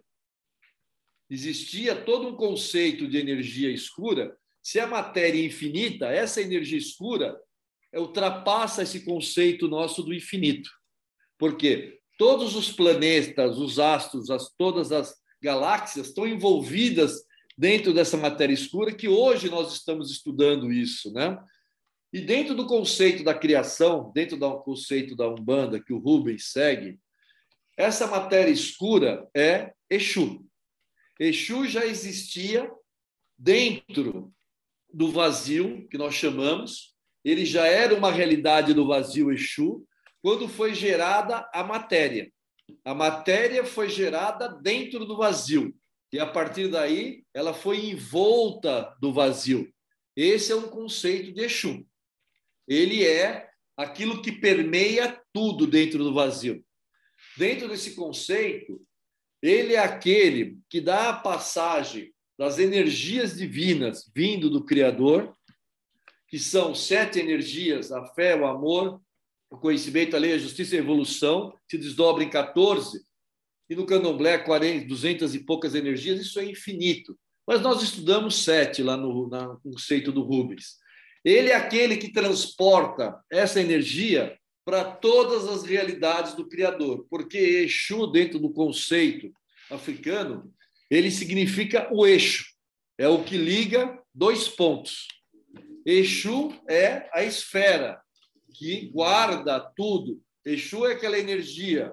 Existia todo um conceito de energia escura. Se a matéria é infinita, essa energia escura ultrapassa esse conceito nosso do infinito. Porque todos os planetas, os astros, as, todas as galáxias estão envolvidas dentro dessa matéria escura, que hoje nós estamos estudando isso, né? E dentro do conceito da criação, dentro do conceito da Umbanda, que o Rubens segue, essa matéria escura é Exu. Exu já existia dentro do vazio, que nós chamamos, ele já era uma realidade do vazio Exu, quando foi gerada a matéria. A matéria foi gerada dentro do vazio, e a partir daí ela foi em volta do vazio. Esse é um conceito de Exu. Ele é aquilo que permeia tudo dentro do vazio. Dentro desse conceito, ele é aquele que dá a passagem das energias divinas vindo do Criador, que são sete energias, a fé, o amor, o conhecimento, a lei, a justiça e a evolução, se desdobra em quatorze, e no candomblé, quarenta, duzentas e poucas energias, isso é infinito. Mas nós estudamos sete lá no, no conceito do Rubens. Ele é aquele que transporta essa energia para todas as realidades do Criador, porque Exu, dentro do conceito africano, ele significa o eixo, é o que liga dois pontos. Exu é a esfera que guarda tudo. Exu é aquela energia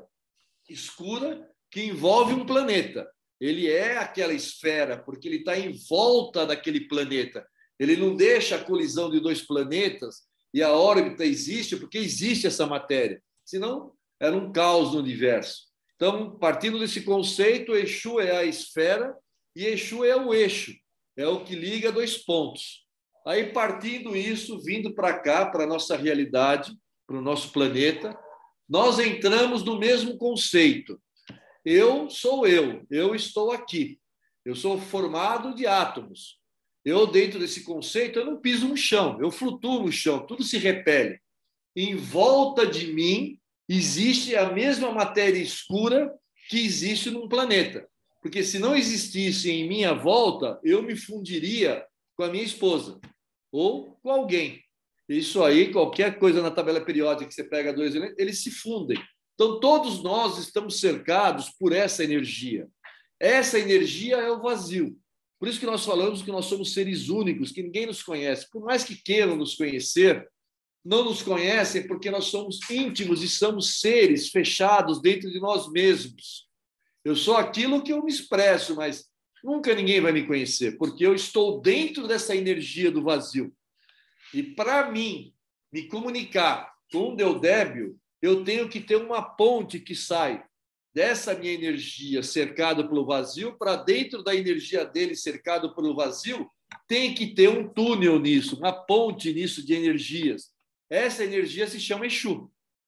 escura que envolve um planeta. Ele é aquela esfera, porque ele está em volta daquele planeta. Ele não deixa a colisão de dois planetas e a órbita existe porque existe essa matéria. Senão, era um caos no universo. Então, partindo desse conceito, Exu é a esfera e Exu é o eixo, é o que liga dois pontos. Aí, partindo isso, vindo para cá, para a nossa realidade, para o nosso planeta, nós entramos no mesmo conceito. Eu sou eu, eu estou aqui. Eu sou formado de átomos. Eu, dentro desse conceito, eu não piso no chão, eu flutuo no chão, tudo se repele. Em volta de mim existe a mesma matéria escura que existe num planeta. Porque se não existisse em minha volta, eu me fundiria com a minha esposa ou com alguém. Isso aí, qualquer coisa na tabela periódica que você pega dois elementos, eles se fundem. Então, todos nós estamos cercados por essa energia. Essa energia é o vazio. Por isso que nós falamos que nós somos seres únicos, que ninguém nos conhece. Por mais que queiram nos conhecer, não nos conhecem porque nós somos íntimos e somos seres fechados dentro de nós mesmos. Eu sou aquilo que eu me expresso, mas nunca ninguém vai me conhecer, porque eu estou dentro dessa energia do vazio. E para mim me comunicar com o Deodébio, eu tenho que ter uma ponte que sai dessa minha energia cercado pelo vazio para dentro da energia dele cercado pelo vazio, tem que ter um túnel nisso, uma ponte nisso de energias. Essa energia se chama Exu.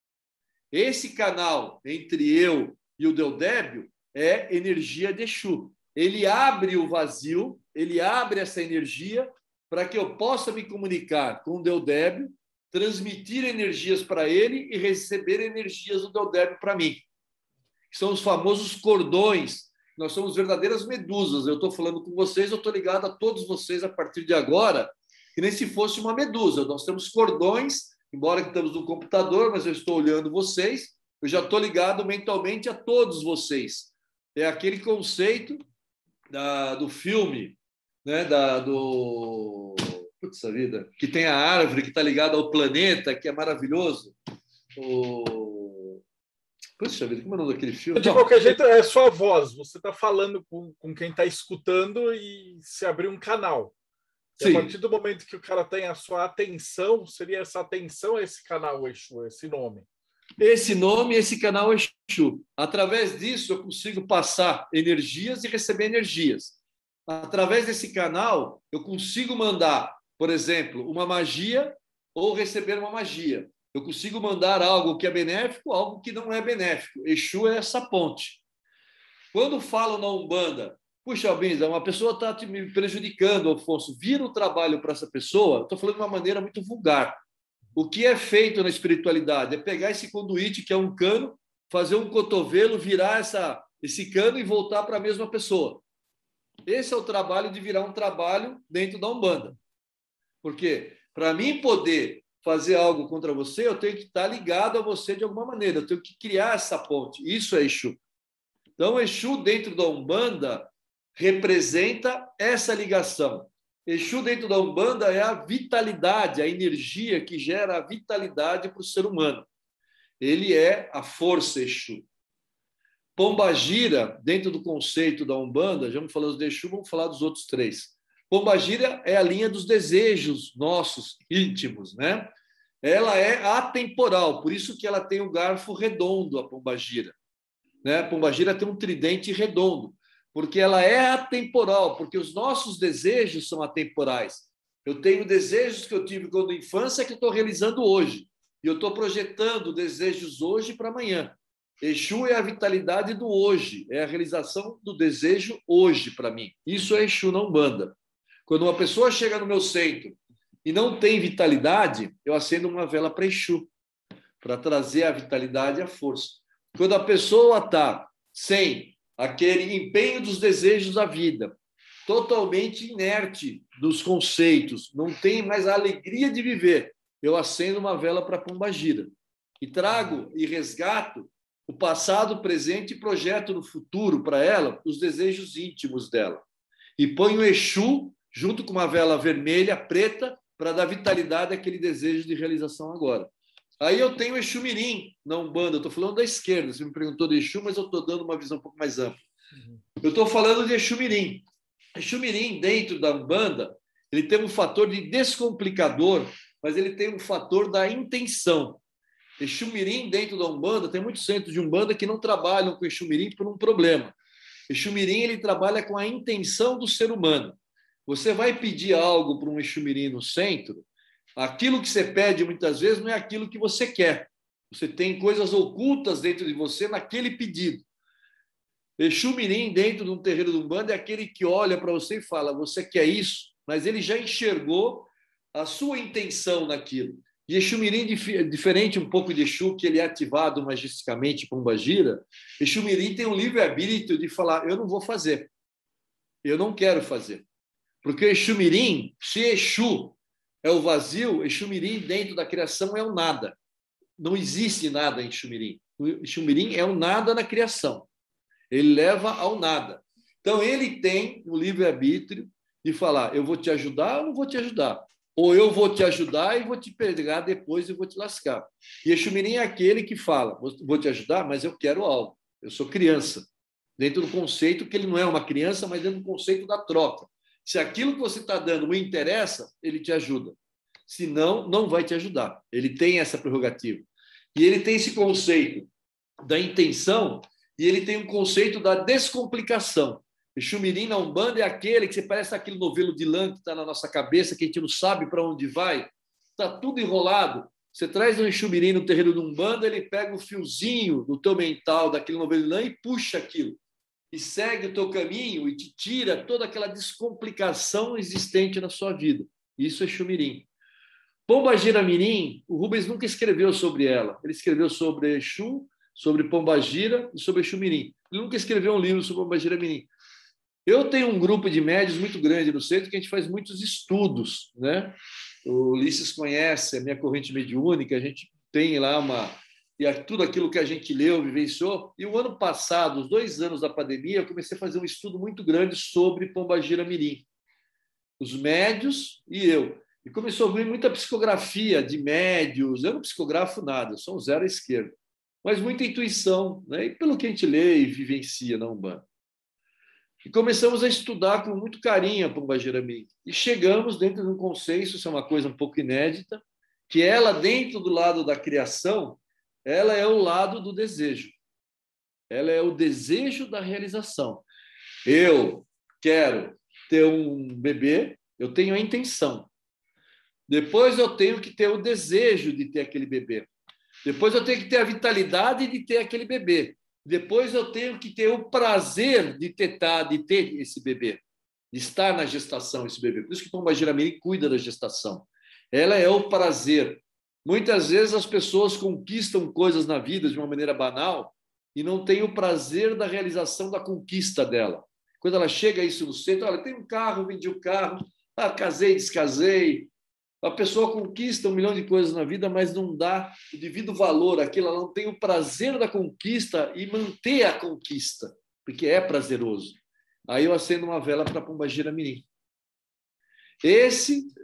Esse canal entre eu e o Deodébio é energia de Exu. Ele abre o vazio, ele abre essa energia para que eu possa me comunicar com o Deodébio, transmitir energias para ele e receber energias do Deodébio para mim. São os famosos cordões. Nós somos verdadeiras medusas. Eu estou falando com vocês, eu estou ligado a todos vocês a partir de agora, que nem se fosse uma medusa. Nós temos cordões, embora estamos no computador, mas eu estou olhando vocês, eu já estou ligado mentalmente a todos vocês. É aquele conceito da, do filme, né, da, do... Putz, vida, que tem a árvore que está ligada ao planeta, que é maravilhoso. O... Puxa vida, como é o nome daquele filme? De Não. qualquer jeito, é sua voz. Você está falando com, com quem está escutando e se abrir um canal. E a partir do momento que o cara tem a sua atenção, seria essa atenção a esse canal Exu, esse nome. Esse nome, esse canal Exu. Através disso, eu consigo passar energias e receber energias. Através desse canal, eu consigo mandar, por exemplo, uma magia ou receber uma magia. Eu consigo mandar algo que é benéfico, algo que não é benéfico. Exu é essa ponte. Quando falam na Umbanda, puxa, Albinza, uma pessoa está me prejudicando, Afonso, vira o trabalho para essa pessoa, estou falando de uma maneira muito vulgar. O que é feito na espiritualidade é pegar esse conduíte, que é um cano, fazer um cotovelo, virar essa, esse cano e voltar para a mesma pessoa. Esse é o trabalho de virar um trabalho dentro da Umbanda. Porque, para mim poder fazer algo contra você, eu tenho que estar ligado a você de alguma maneira, eu tenho que criar essa ponte. Isso é Exu. Então, Exu dentro da Umbanda representa essa ligação. Exu dentro da Umbanda é a vitalidade, a energia que gera a vitalidade para o ser humano. Ele é a força Exu. Pombagira, dentro do conceito da Umbanda, já vamos falar de Exu, vamos falar dos outros três. Pombagira é a linha dos desejos nossos, íntimos, né? Ela é atemporal, por isso que ela tem o garfo redondo, a Pombagira. Né? A Pombagira tem um tridente redondo, porque ela é atemporal, porque os nossos desejos são atemporais. Eu tenho desejos que eu tive quando infância que eu estou realizando hoje, e eu estou projetando desejos hoje para amanhã. Exu é a vitalidade do hoje, é a realização do desejo hoje para mim. Isso é Exu na Umbanda. Quando uma pessoa chega no meu centro e não tem vitalidade, eu acendo uma vela para Exu, para trazer a vitalidade e a força. Quando a pessoa está sem aquele empenho dos desejos da vida, totalmente inerte dos conceitos, não tem mais a alegria de viver, eu acendo uma vela para Pombagira e trago e resgato o passado, o presente e projeto no futuro para ela os desejos íntimos dela. E ponho o Exu junto com uma vela vermelha, preta, para dar vitalidade àquele desejo de realização agora. Aí eu tenho o Exu Mirim na Umbanda, eu estou falando da esquerda, você me perguntou de Exu, mas eu estou dando uma visão um pouco mais ampla. Uhum. Eu estou falando de Exu Mirim. Exu Mirim, dentro da Umbanda, ele tem um fator de descomplicador, mas ele tem um fator da intenção. Exu Mirim, dentro da Umbanda, tem muitos centros de Umbanda que não trabalham com Exu Mirim por um problema. Exu Mirim, ele trabalha com a intenção do ser humano. Você vai pedir algo para um Exu Mirim no centro, aquilo que você pede muitas vezes não é aquilo que você quer. Você tem coisas ocultas dentro de você naquele pedido. Exu Mirim, dentro de um terreiro de Umbanda, é aquele que olha para você e fala, você quer isso? Mas ele já enxergou a sua intenção naquilo. E Exu Mirim, diferente um pouco de Exu, que ele é ativado magisticamente com Pombagira, Exu Mirim tem um livre-arbítrio de falar, eu não vou fazer, eu não quero fazer. Porque Exu Mirim, se Exu é o vazio, Exu Mirim dentro da criação é o nada. Não existe nada em Exu Mirim. O Exu Mirim é o nada na criação. Ele leva ao nada. Então, ele tem o livre-arbítrio de falar, eu vou te ajudar ou não vou te ajudar. Ou eu vou te ajudar e vou te pegar depois e vou te lascar. E Exu Mirim é aquele que fala, vou te ajudar, mas eu quero algo. Eu sou criança. Dentro do conceito que ele não é uma criança, mas dentro do conceito da troca. Se aquilo que você está dando me interessa, ele te ajuda. Se não, não vai te ajudar. Ele tem essa prerrogativa. E ele tem esse conceito da intenção e ele tem um conceito da descomplicação. Exu Mirim na Umbanda é aquele que você parece aquele novelo de lã que está na nossa cabeça, que a gente não sabe para onde vai, está tudo enrolado. Você traz um Exu Mirim no terreiro de Umbanda, ele pega o fiozinho do teu mental, daquele novelo de lã, e puxa aquilo. E segue o teu caminho e te tira toda aquela descomplicação existente na sua vida. Isso é Exu Mirim. Pombagira Mirim, o Rubens nunca escreveu sobre ela. Ele escreveu sobre Exu, sobre Pombagira e sobre Exu Mirim. Ele nunca escreveu um livro sobre Pombagira Mirim. Eu tenho um grupo de médios muito grande no centro que a gente faz muitos estudos, né? O Ulisses conhece a minha corrente mediúnica, a gente tem lá uma... E tudo aquilo que a gente leu, vivenciou. E o ano passado, os dois anos da pandemia, eu comecei a fazer um estudo muito grande sobre Pombagira Mirim. Os médios e eu. E começou a vir muita psicografia de médios. Eu não psicografo nada, eu sou um zero à esquerda. Mas muita intuição, né? E pelo que a gente lê e vivencia na Umbanda. E começamos a estudar com muito carinho a Pombagira Mirim. E chegamos dentro de um consenso, isso é uma coisa um pouco inédita, que ela, dentro do lado da criação, ela é o lado do desejo. Ela é o desejo da realização. Eu quero ter um bebê, eu tenho a intenção. Depois eu tenho que ter o desejo de ter aquele bebê. Depois eu tenho que ter a vitalidade de ter aquele bebê. Depois eu tenho que ter o prazer de tetar, de ter esse bebê, de estar na gestação, esse bebê. Por isso que Pombagira Mirim cuida da gestação. Ela é o prazer. Muitas vezes as pessoas conquistam coisas na vida de uma maneira banal e não têm o prazer da realização da conquista dela. Quando ela chega a isso no centro, olha, tem um carro, vendi o carro, ah, casei, descasei. A pessoa conquista um milhão de coisas na vida, mas não dá o devido valor àquilo, ela não tem o prazer da conquista e manter a conquista, porque é prazeroso. Aí eu acendo uma vela para Pombagira Mirim. Esse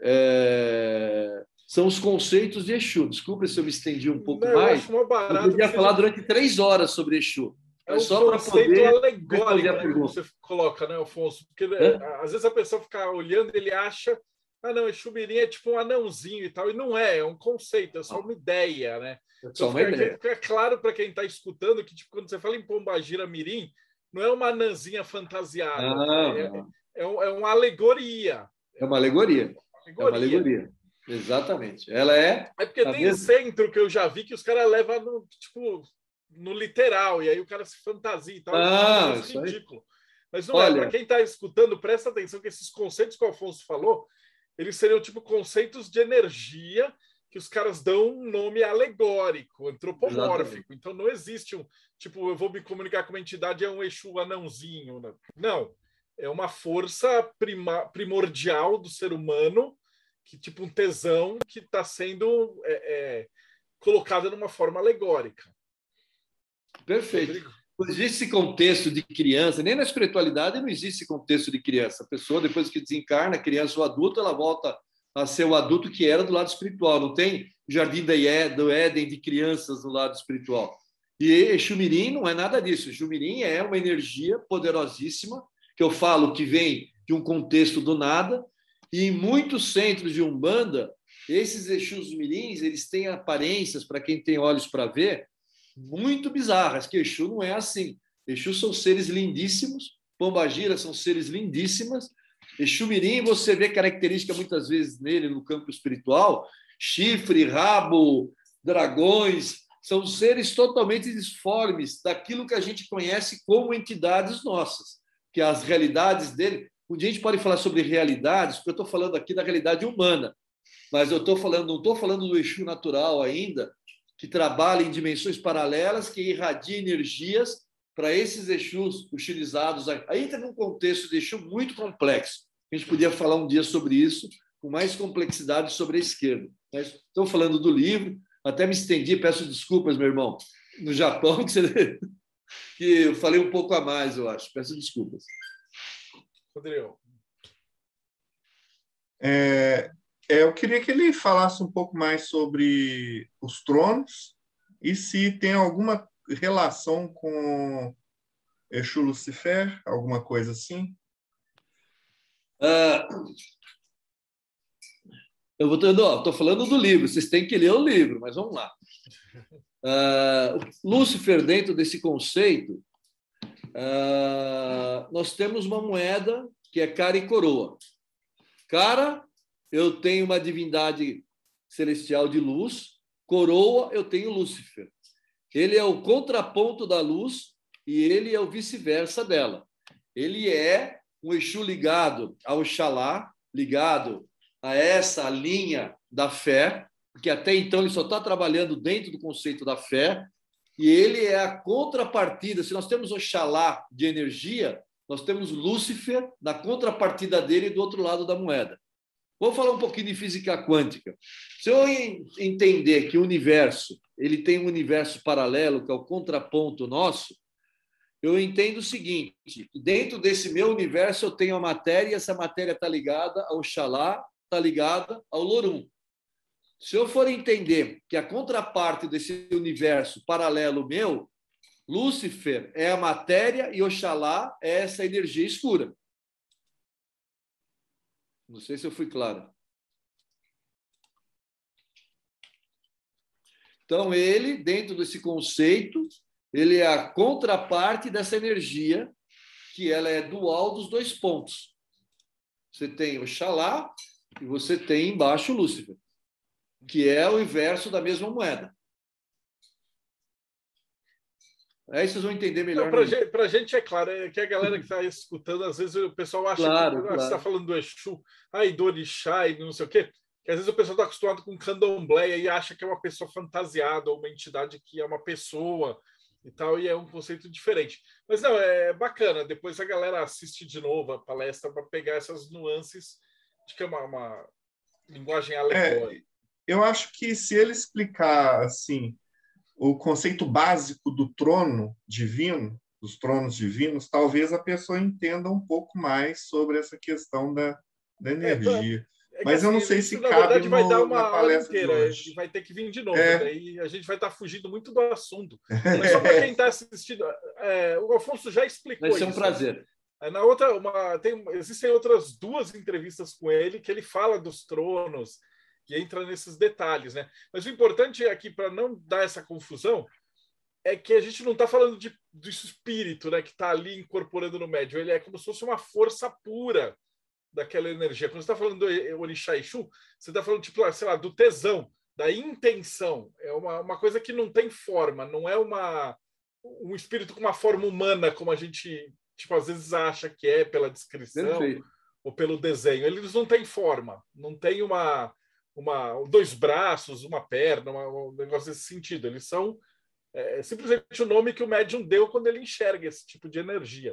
é... são os conceitos de Exu. Desculpa se eu me estendi um pouco não, mais. Eu, eu podia falar durante três horas sobre Exu. É um só para poder alegórico a que você coloca, né, Afonso? Porque né, às vezes a pessoa fica olhando, ele acha, ah, não, Exu Mirim é tipo um anãozinho e tal, e não é, é um conceito, é só uma ideia, né? É só então, uma fica, ideia. Fica claro para quem está escutando que tipo, quando você fala em Pombagira Mirim, não é uma anãzinha fantasiada, não, é, não. É, um, é uma alegoria. É uma alegoria. Alegoria. É uma alegoria. Exatamente. Ela é. É porque tem mesma... centro que eu já vi que os caras levam no, tipo, no literal, e aí o cara se fantasia e tal. Ah, é ridículo. Mas não Olha... é. Para quem está escutando, presta atenção que esses conceitos que o Afonso falou, eles seriam tipo conceitos de energia que os caras dão um nome alegórico, antropomórfico. Exatamente. Então não existe um tipo, eu vou me comunicar com uma entidade, é um Exu anãozinho. Não. É uma força prima, primordial do ser humano, que tipo um tesão que está sendo é, é, colocada numa forma alegórica. Perfeito. Rodrigo? Não existe esse contexto de criança, nem na espiritualidade não existe esse contexto de criança. A pessoa, depois que desencarna, criança ou adulto, ela volta a ser o adulto que era do lado espiritual. Não tem jardim do Éden de crianças do lado espiritual. E Exu Mirim não é nada disso. Exu Mirim é uma energia poderosíssima, que eu falo que vem de um contexto do nada, e em muitos centros de Umbanda, esses Exus Mirins, eles têm aparências, para quem tem olhos para ver, muito bizarras, que Exu não é assim. Exu são seres lindíssimos, Pombagira são seres lindíssimas, Exu Mirim, você vê característica muitas vezes nele, no campo espiritual, chifre, rabo, dragões, são seres totalmente disformes daquilo que a gente conhece como entidades nossas, que as realidades dele... Um dia a gente pode falar sobre realidades, porque eu estou falando aqui da realidade humana. Mas eu estou falando, não estou falando do Exu natural ainda, que trabalha em dimensões paralelas, que irradia energias para esses Exus utilizados. Aí entra num contexto de Exu muito complexo. A gente podia falar um dia sobre isso, com mais complexidade sobre a esquerda. Estou falando do livro, até me estendi, peço desculpas, meu irmão, no Japão, que, você... que eu falei um pouco a mais, eu acho. Peço desculpas. Rodrigo. É, é, eu queria que ele falasse um pouco mais sobre os tronos e se tem alguma relação com Exu Lucifer, alguma coisa assim. Ah, eu vou estou falando do livro, vocês têm que ler o livro, mas vamos lá. Ah, Lúcifer, dentro desse conceito, ah, nós temos uma moeda que é cara e coroa. Cara, eu tenho uma divindade celestial de luz, coroa, eu tenho Lúcifer. Ele é o contraponto da luz e ele é o vice-versa dela. Ele é um Exu ligado ao Oxalá, ligado a essa linha da fé, porque até então ele só está trabalhando dentro do conceito da fé, e ele é a contrapartida. Se nós temos Oxalá de energia, nós temos Lúcifer na contrapartida dele do outro lado da moeda. Vou falar um pouquinho de física quântica. Se eu entender que o universo ele tem um universo paralelo, que é o contraponto nosso, eu entendo o seguinte: dentro desse meu universo eu tenho a matéria, e essa matéria está ligada ao Oxalá, está ligada ao Lorum. Se eu for entender que a contraparte desse universo paralelo meu, Lúcifer é a matéria e Oxalá é essa energia escura. Não sei se eu fui claro. Então, ele, dentro desse conceito, ele é a contraparte dessa energia, que ela é dual dos dois pontos. Você tem Oxalá e você tem embaixo Lúcifer, que é o inverso da mesma moeda. Aí vocês vão entender melhor. Para a gente é claro, é que a galera que está escutando, às vezes o pessoal acha claro, que claro. você está falando do Exu, aí do Orixá e não sei o quê, que às vezes o pessoal está acostumado com candomblé e acha que é uma pessoa fantasiada ou uma entidade que é uma pessoa e tal, e é um conceito diferente. Mas não, é bacana, depois a galera assiste de novo a palestra para pegar essas nuances de que é uma, uma linguagem alegórica. É, eu acho que se ele explicar assim o conceito básico do trono divino, dos tronos divinos, talvez a pessoa entenda um pouco mais sobre essa questão da, da energia. É, é Mas assim, eu não sei se na cabe verdade, no, vai dar uma na palestra hora inteira, de hoje. vai ter que vir de novo, É. daí a gente vai estar fugindo muito do assunto. Mas só para quem está assistindo, é, o Afonso já explicou isso. Vai ser um prazer. Na outra, uma, tem, existem outras duas entrevistas com ele que ele fala dos tronos e entra nesses detalhes, né? Mas o importante aqui, para não dar essa confusão, é que a gente não está falando de, do espírito, né, que está ali incorporando no médium. Ele é como se fosse uma força pura daquela energia. Quando você está falando do Orixá Exu, você está falando, tipo, sei lá, do tesão, da intenção. É uma, uma coisa que não tem forma, não é uma, um espírito com uma forma humana, como a gente, tipo, às vezes acha que é pela descrição. Perfeito. Ou pelo desenho. Eles não têm forma, não tem uma, uma dois braços, uma perna, uma, um negócio desse sentido. Eles são é, simplesmente o nome que o médium deu quando ele enxerga esse tipo de energia.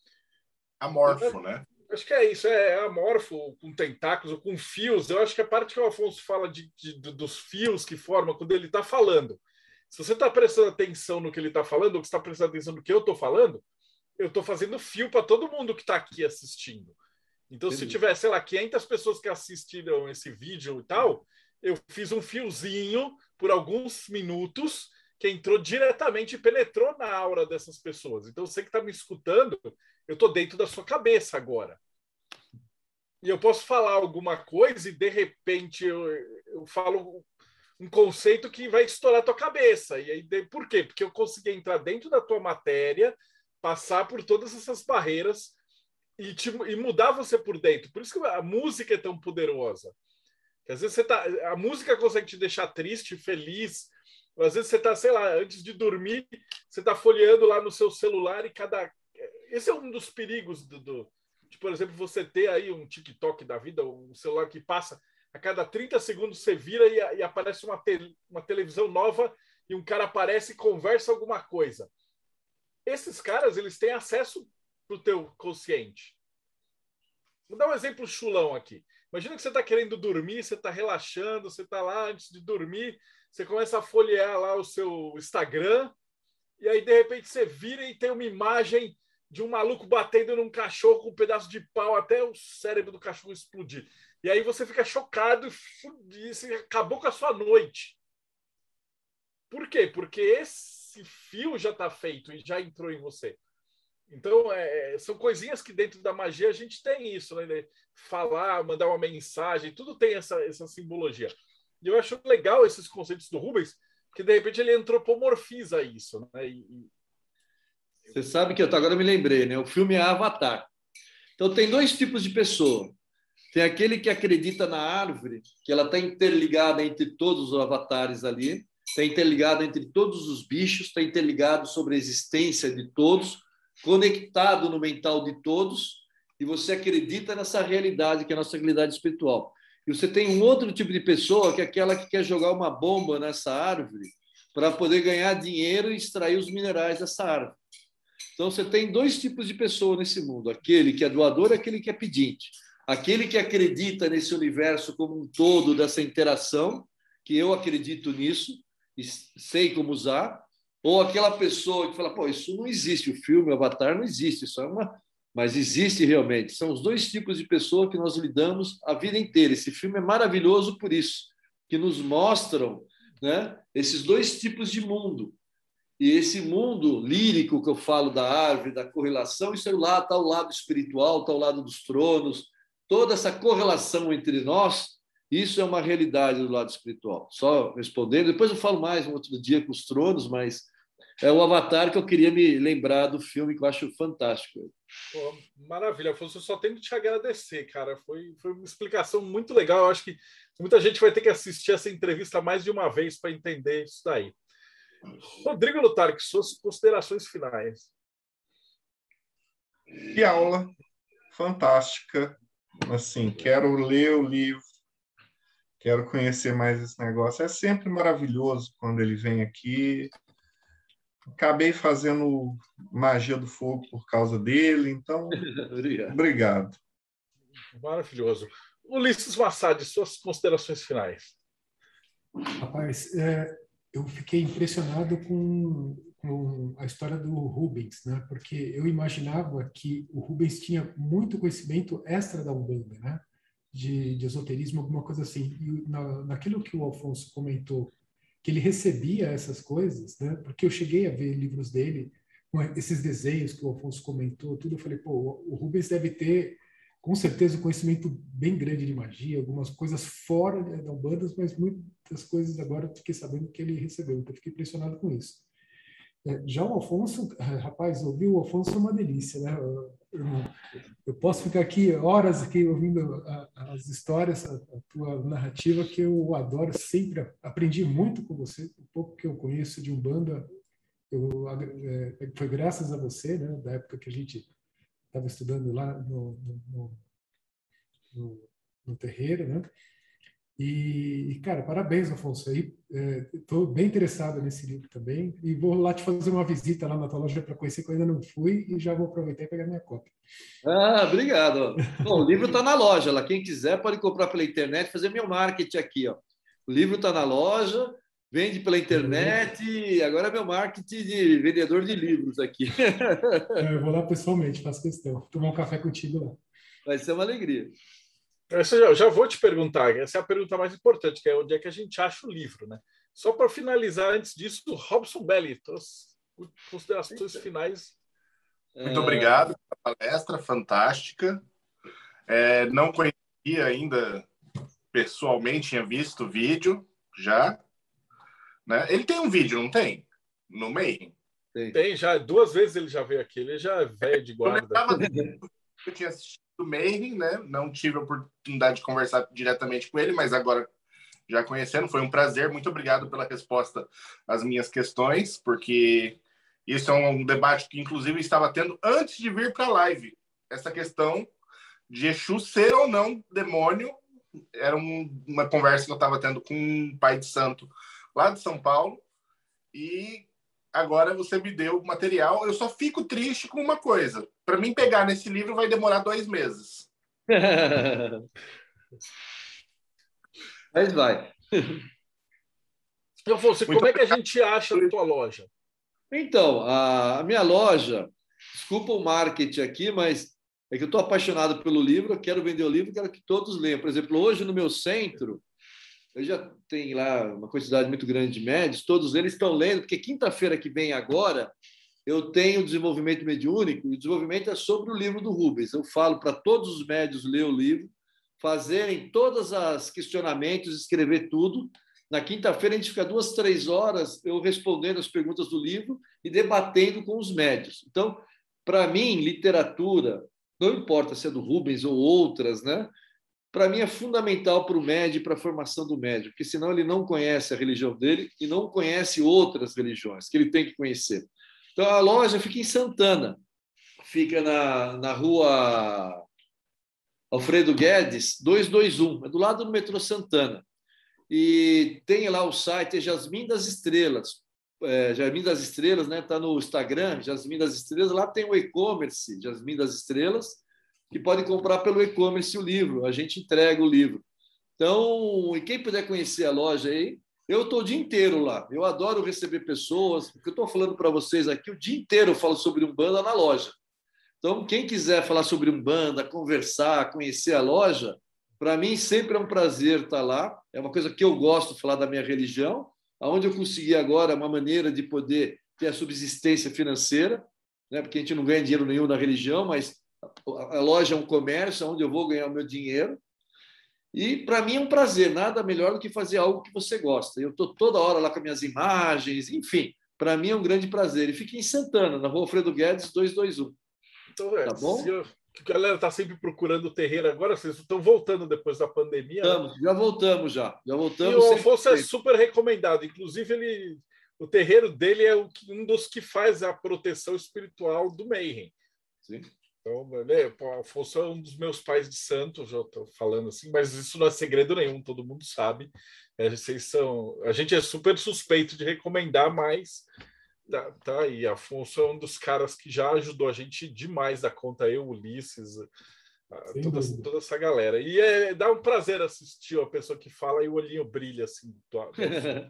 Amorfo, né? Acho que é isso, é amorfo, com tentáculos ou com fios. Eu acho que a parte que o Afonso fala de, de, dos fios que formam quando ele está falando. Se você está prestando atenção no que ele está falando, ou que está prestando atenção no que eu estou falando, eu estou fazendo fio para todo mundo que está aqui assistindo. Então, Entendi. Se tiver, sei lá, quinhentas pessoas que assistiram esse vídeo e tal, eu fiz um fiozinho por alguns minutos que entrou diretamente e penetrou na aura dessas pessoas. Então, você que está me escutando, eu estou dentro da sua cabeça agora. E eu posso falar alguma coisa e, de repente, eu, eu falo um conceito que vai estourar a tua cabeça. E aí, por quê? Porque eu consegui entrar dentro da tua matéria, passar por todas essas barreiras e, te, e mudar você por dentro. Por isso que a música é tão poderosa. Porque às vezes você tá, a música consegue te deixar triste, feliz. Ou às vezes você está, sei lá, antes de dormir, você está folheando lá no seu celular e cada... Esse é um dos perigos do, do... de, por exemplo, você ter aí um TikTok da vida, um celular que passa a cada trinta segundos você vira e, e aparece uma, te, uma televisão nova e um cara aparece e conversa alguma coisa. Esses caras, eles têm acesso para o teu consciente. Vou dar um exemplo chulão aqui. Imagina que você está querendo dormir, você está relaxando, você está lá antes de dormir, você começa a folhear lá o seu Instagram, e aí, de repente, você vira e tem uma imagem de um maluco batendo num cachorro com um pedaço de pau até o cérebro do cachorro explodir. E aí você fica chocado e você acabou com a sua noite. Por quê? Porque esse fio já está feito e já entrou em você. Então, é, são coisinhas que dentro da magia a gente tem isso, né? Falar, mandar uma mensagem, tudo tem essa, essa simbologia. E eu acho legal esses conceitos do Rubens, porque de repente ele antropomorfiza isso, né? E, e... Você sabe que eu agora me lembrei, né? O filme é Avatar. Então tem dois tipos de pessoa. Tem aquele que acredita na árvore, que ela está interligada entre todos os avatares ali, está interligada entre todos os bichos, está interligado sobre a existência de todos, conectado no mental de todos, e você acredita nessa realidade, que é a nossa realidade espiritual. E você tem um outro tipo de pessoa, que é aquela que quer jogar uma bomba nessa árvore para poder ganhar dinheiro e extrair os minerais dessa árvore. Então, você tem dois tipos de pessoa nesse mundo. Aquele que é doador e aquele que é pedinte. Aquele que acredita nesse universo como um todo, dessa interação, que eu acredito nisso e sei como usar, ou aquela pessoa que fala, pô, isso não existe, o filme, o Avatar não existe, isso é uma... Mas existe realmente. São os dois tipos de pessoa que nós lidamos a vida inteira. Esse filme é maravilhoso por isso, que nos mostram, né, esses dois tipos de mundo. E esse mundo lírico que eu falo da árvore, da correlação, isso é lá, está ao lado espiritual, está ao lado dos tronos, toda essa correlação entre nós, isso é uma realidade do lado espiritual. Só respondendo, depois eu falo mais um outro dia com os tronos, mas é o Avatar que eu queria me lembrar do filme, que eu acho fantástico. Pô, maravilha, Afonso, eu só tenho que te agradecer, cara. Foi, foi uma explicação muito legal. Eu acho que muita gente vai ter que assistir essa entrevista mais de uma vez para entender isso daí. Rodrigo Lutarque, suas considerações finais. Que aula fantástica. Assim, quero ler o livro, quero conhecer mais esse negócio. É sempre maravilhoso quando ele vem aqui. Acabei fazendo magia do fogo por causa dele, então, obrigado. obrigado. Maravilhoso. Ulisses Massad, suas considerações finais. Rapaz, é, eu fiquei impressionado com, com a história do Rubens, né? Porque eu imaginava que o Rubens tinha muito conhecimento extra da Umbanda, né? De, de esoterismo, alguma coisa assim. E na, naquilo que o Afonso comentou, que ele recebia essas coisas, né? Porque eu cheguei a ver livros dele, com esses desenhos que o Afonso comentou, tudo, eu falei, pô, o Rubens deve ter, com certeza, um conhecimento bem grande de magia, algumas coisas fora da Umbanda, mas muitas coisas agora eu fiquei sabendo que ele recebeu, então eu fiquei impressionado com isso. Já o Afonso, rapaz, ouvir o Afonso é uma delícia, né? Eu, eu posso ficar aqui horas aqui ouvindo a, as histórias, a, a tua narrativa, que eu adoro, sempre aprendi muito com você, o pouco que eu conheço de Umbanda, eu, é, foi graças a você, né? Da época que a gente estava estudando lá no, no, no, no terreiro, né? E, cara, parabéns, Afonso. Estou é, bem interessado nesse livro também e vou lá te fazer uma visita lá na tua loja para conhecer, que eu ainda não fui, e já vou aproveitar e pegar minha cópia. Ah, obrigado. Bom, o livro está na loja lá. Quem quiser pode comprar pela internet, fazer meu marketing aqui. Ó. O livro está na loja, vende pela internet, e agora é meu marketing de vendedor de livros aqui. É, eu vou lá pessoalmente, faço questão. Tomar um café contigo lá. Vai ser uma alegria. Essa já, já vou te perguntar, essa é a pergunta mais importante, que é onde é que a gente acha o livro, né? Só para finalizar, antes disso, Robson Belli, as considerações finais. Muito obrigado pela palestra, fantástica. É, não conhecia ainda pessoalmente, tinha visto o vídeo já. Né? Ele tem um vídeo, não tem? No Mayhem? Tem. Tem, já duas vezes ele já veio aqui, ele já é velho de guarda. Eu, eu tinha assistido do Mayhem, né? Não tive a oportunidade de conversar diretamente com ele, mas agora já conhecendo, foi um prazer. Muito obrigado pela resposta às minhas questões, porque isso é um debate que, inclusive, estava tendo antes de vir para a live. Essa questão de Exu ser ou não demônio era um, uma conversa que eu estava tendo com um pai de santo lá de São Paulo, e agora você me deu o material. Eu só fico triste com uma coisa. Para mim pegar nesse livro vai demorar dois meses. Mas vai. Então, você, Muito como é que a gente acha a tua loja? Então, a minha loja, desculpa o marketing aqui, mas é que eu estou apaixonado pelo livro, eu quero vender o livro, quero que todos leiam. Por exemplo, hoje no meu centro, eu já tenho lá uma quantidade muito grande de médios, todos eles estão lendo, porque quinta-feira que vem agora, eu tenho desenvolvimento mediúnico, e o desenvolvimento é sobre o livro do Rubens. Eu falo para todos os médios ler o livro, fazerem todos os questionamentos, escrever tudo. Na quinta-feira, a gente fica duas, três horas eu respondendo as perguntas do livro e debatendo com os médios. Então, para mim, literatura, não importa se é do Rubens ou outras, né? Para mim é fundamental para o médio e para a formação do médio, porque senão ele não conhece a religião dele e não conhece outras religiões que ele tem que conhecer. Então, a loja fica em Santana, fica na, na rua Alfredo Guedes, duzentos e vinte e um, é do lado do metrô Santana. E tem lá o site, é Jasmim das Estrelas. É, Jasmim das Estrelas, né? Está no Instagram, Jasmim das Estrelas. Lá tem o e-commerce, Jasmim das Estrelas, que pode comprar pelo e-commerce o livro. A gente entrega o livro. Então, e quem puder conhecer a loja aí, eu estou o dia inteiro lá. Eu adoro receber pessoas. O que eu estou falando para vocês aqui, o dia inteiro eu falo sobre Umbanda na loja. Então, quem quiser falar sobre Umbanda, conversar, conhecer a loja, para mim sempre é um prazer estar lá. É uma coisa que eu gosto de falar da minha religião, aonde eu consegui agora uma maneira de poder ter a subsistência financeira, né? Porque a gente não ganha dinheiro nenhum na religião, mas a loja é um comércio onde eu vou ganhar o meu dinheiro. E para mim é um prazer, nada melhor do que fazer algo que você gosta. Eu estou toda hora lá com minhas imagens, enfim, para mim é um grande prazer. E fica em Santana, na rua Alfredo Guedes, duzentos e vinte e um. Então, é, Tá bom? eu, a galera está sempre procurando o terreiro agora, vocês estão voltando depois da pandemia. Estamos, né? Já voltamos, já. Já voltamos. E o Afonso é super recomendado. Inclusive, ele, o terreiro dele é um dos que faz a proteção espiritual do Mayhem. Sim. Então, né, o Afonso é um dos meus pais de santo, já estou falando assim, mas isso não é segredo nenhum, todo mundo sabe. É, vocês são, a gente é super suspeito de recomendar, mas tá, tá aí. Afonso é um dos caras que já ajudou a gente demais da conta, eu, Ulisses, toda, toda essa galera. E é, dá um prazer assistir a pessoa que fala e o olhinho brilha assim. Do, do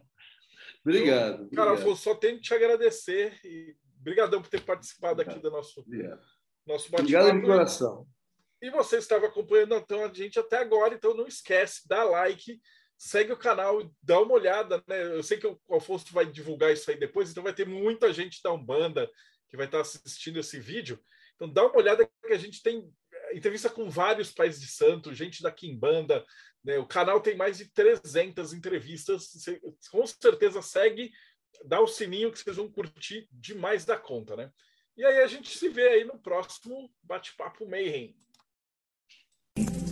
obrigado. Então, cara, Afonso, só tenho que te agradecer e obrigadão por ter participado obrigado. aqui do nosso. Obrigado. Nosso Obrigado de coração. E você estava acompanhando então, a gente até agora, então não esquece, dá like, segue o canal, dá uma olhada, né? Eu sei que o Afonso vai divulgar isso aí depois, então vai ter muita gente da Umbanda que vai estar assistindo esse vídeo. Então dá uma olhada que a gente tem entrevista com vários pais de santo, gente da Quimbanda, né? O canal tem mais de trezentas entrevistas, você, com certeza segue, dá o sininho que vocês vão curtir demais da conta, né? E aí a gente se vê aí no próximo Bate-Papo Mayhem.